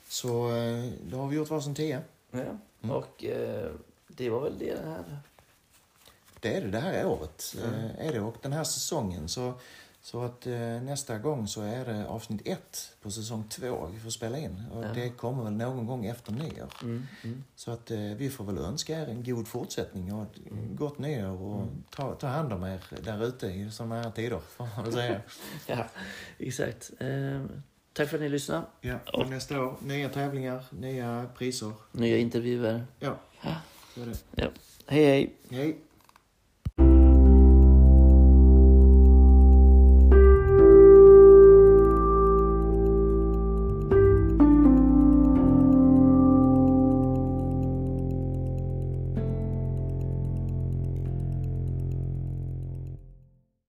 A: Så eh, då har vi gjort varsin tia.
B: Ja. Mm. Och eh, det var väl det här.
A: Det är det det här året.
B: Mm.
A: Eh, är det och den här säsongen så så att eh, nästa gång så är det avsnitt ett på säsong två vi får spela in och ja. Det kommer väl någon gång efter nyår. Mm. Mm. Så att eh, vi får väl önska er en god fortsättning och ett mm. gott nyår och mm. ta ta hand om er där ute i såna här tider får man säga.
B: Ja, exakt. Eh, tack för att ni lyssnade.
A: Ja, och nästa år nya tävlingar, nya priser,
B: nya intervjuer.
A: Ja. Så är det.
B: Ja. Hej hej.
A: Hej.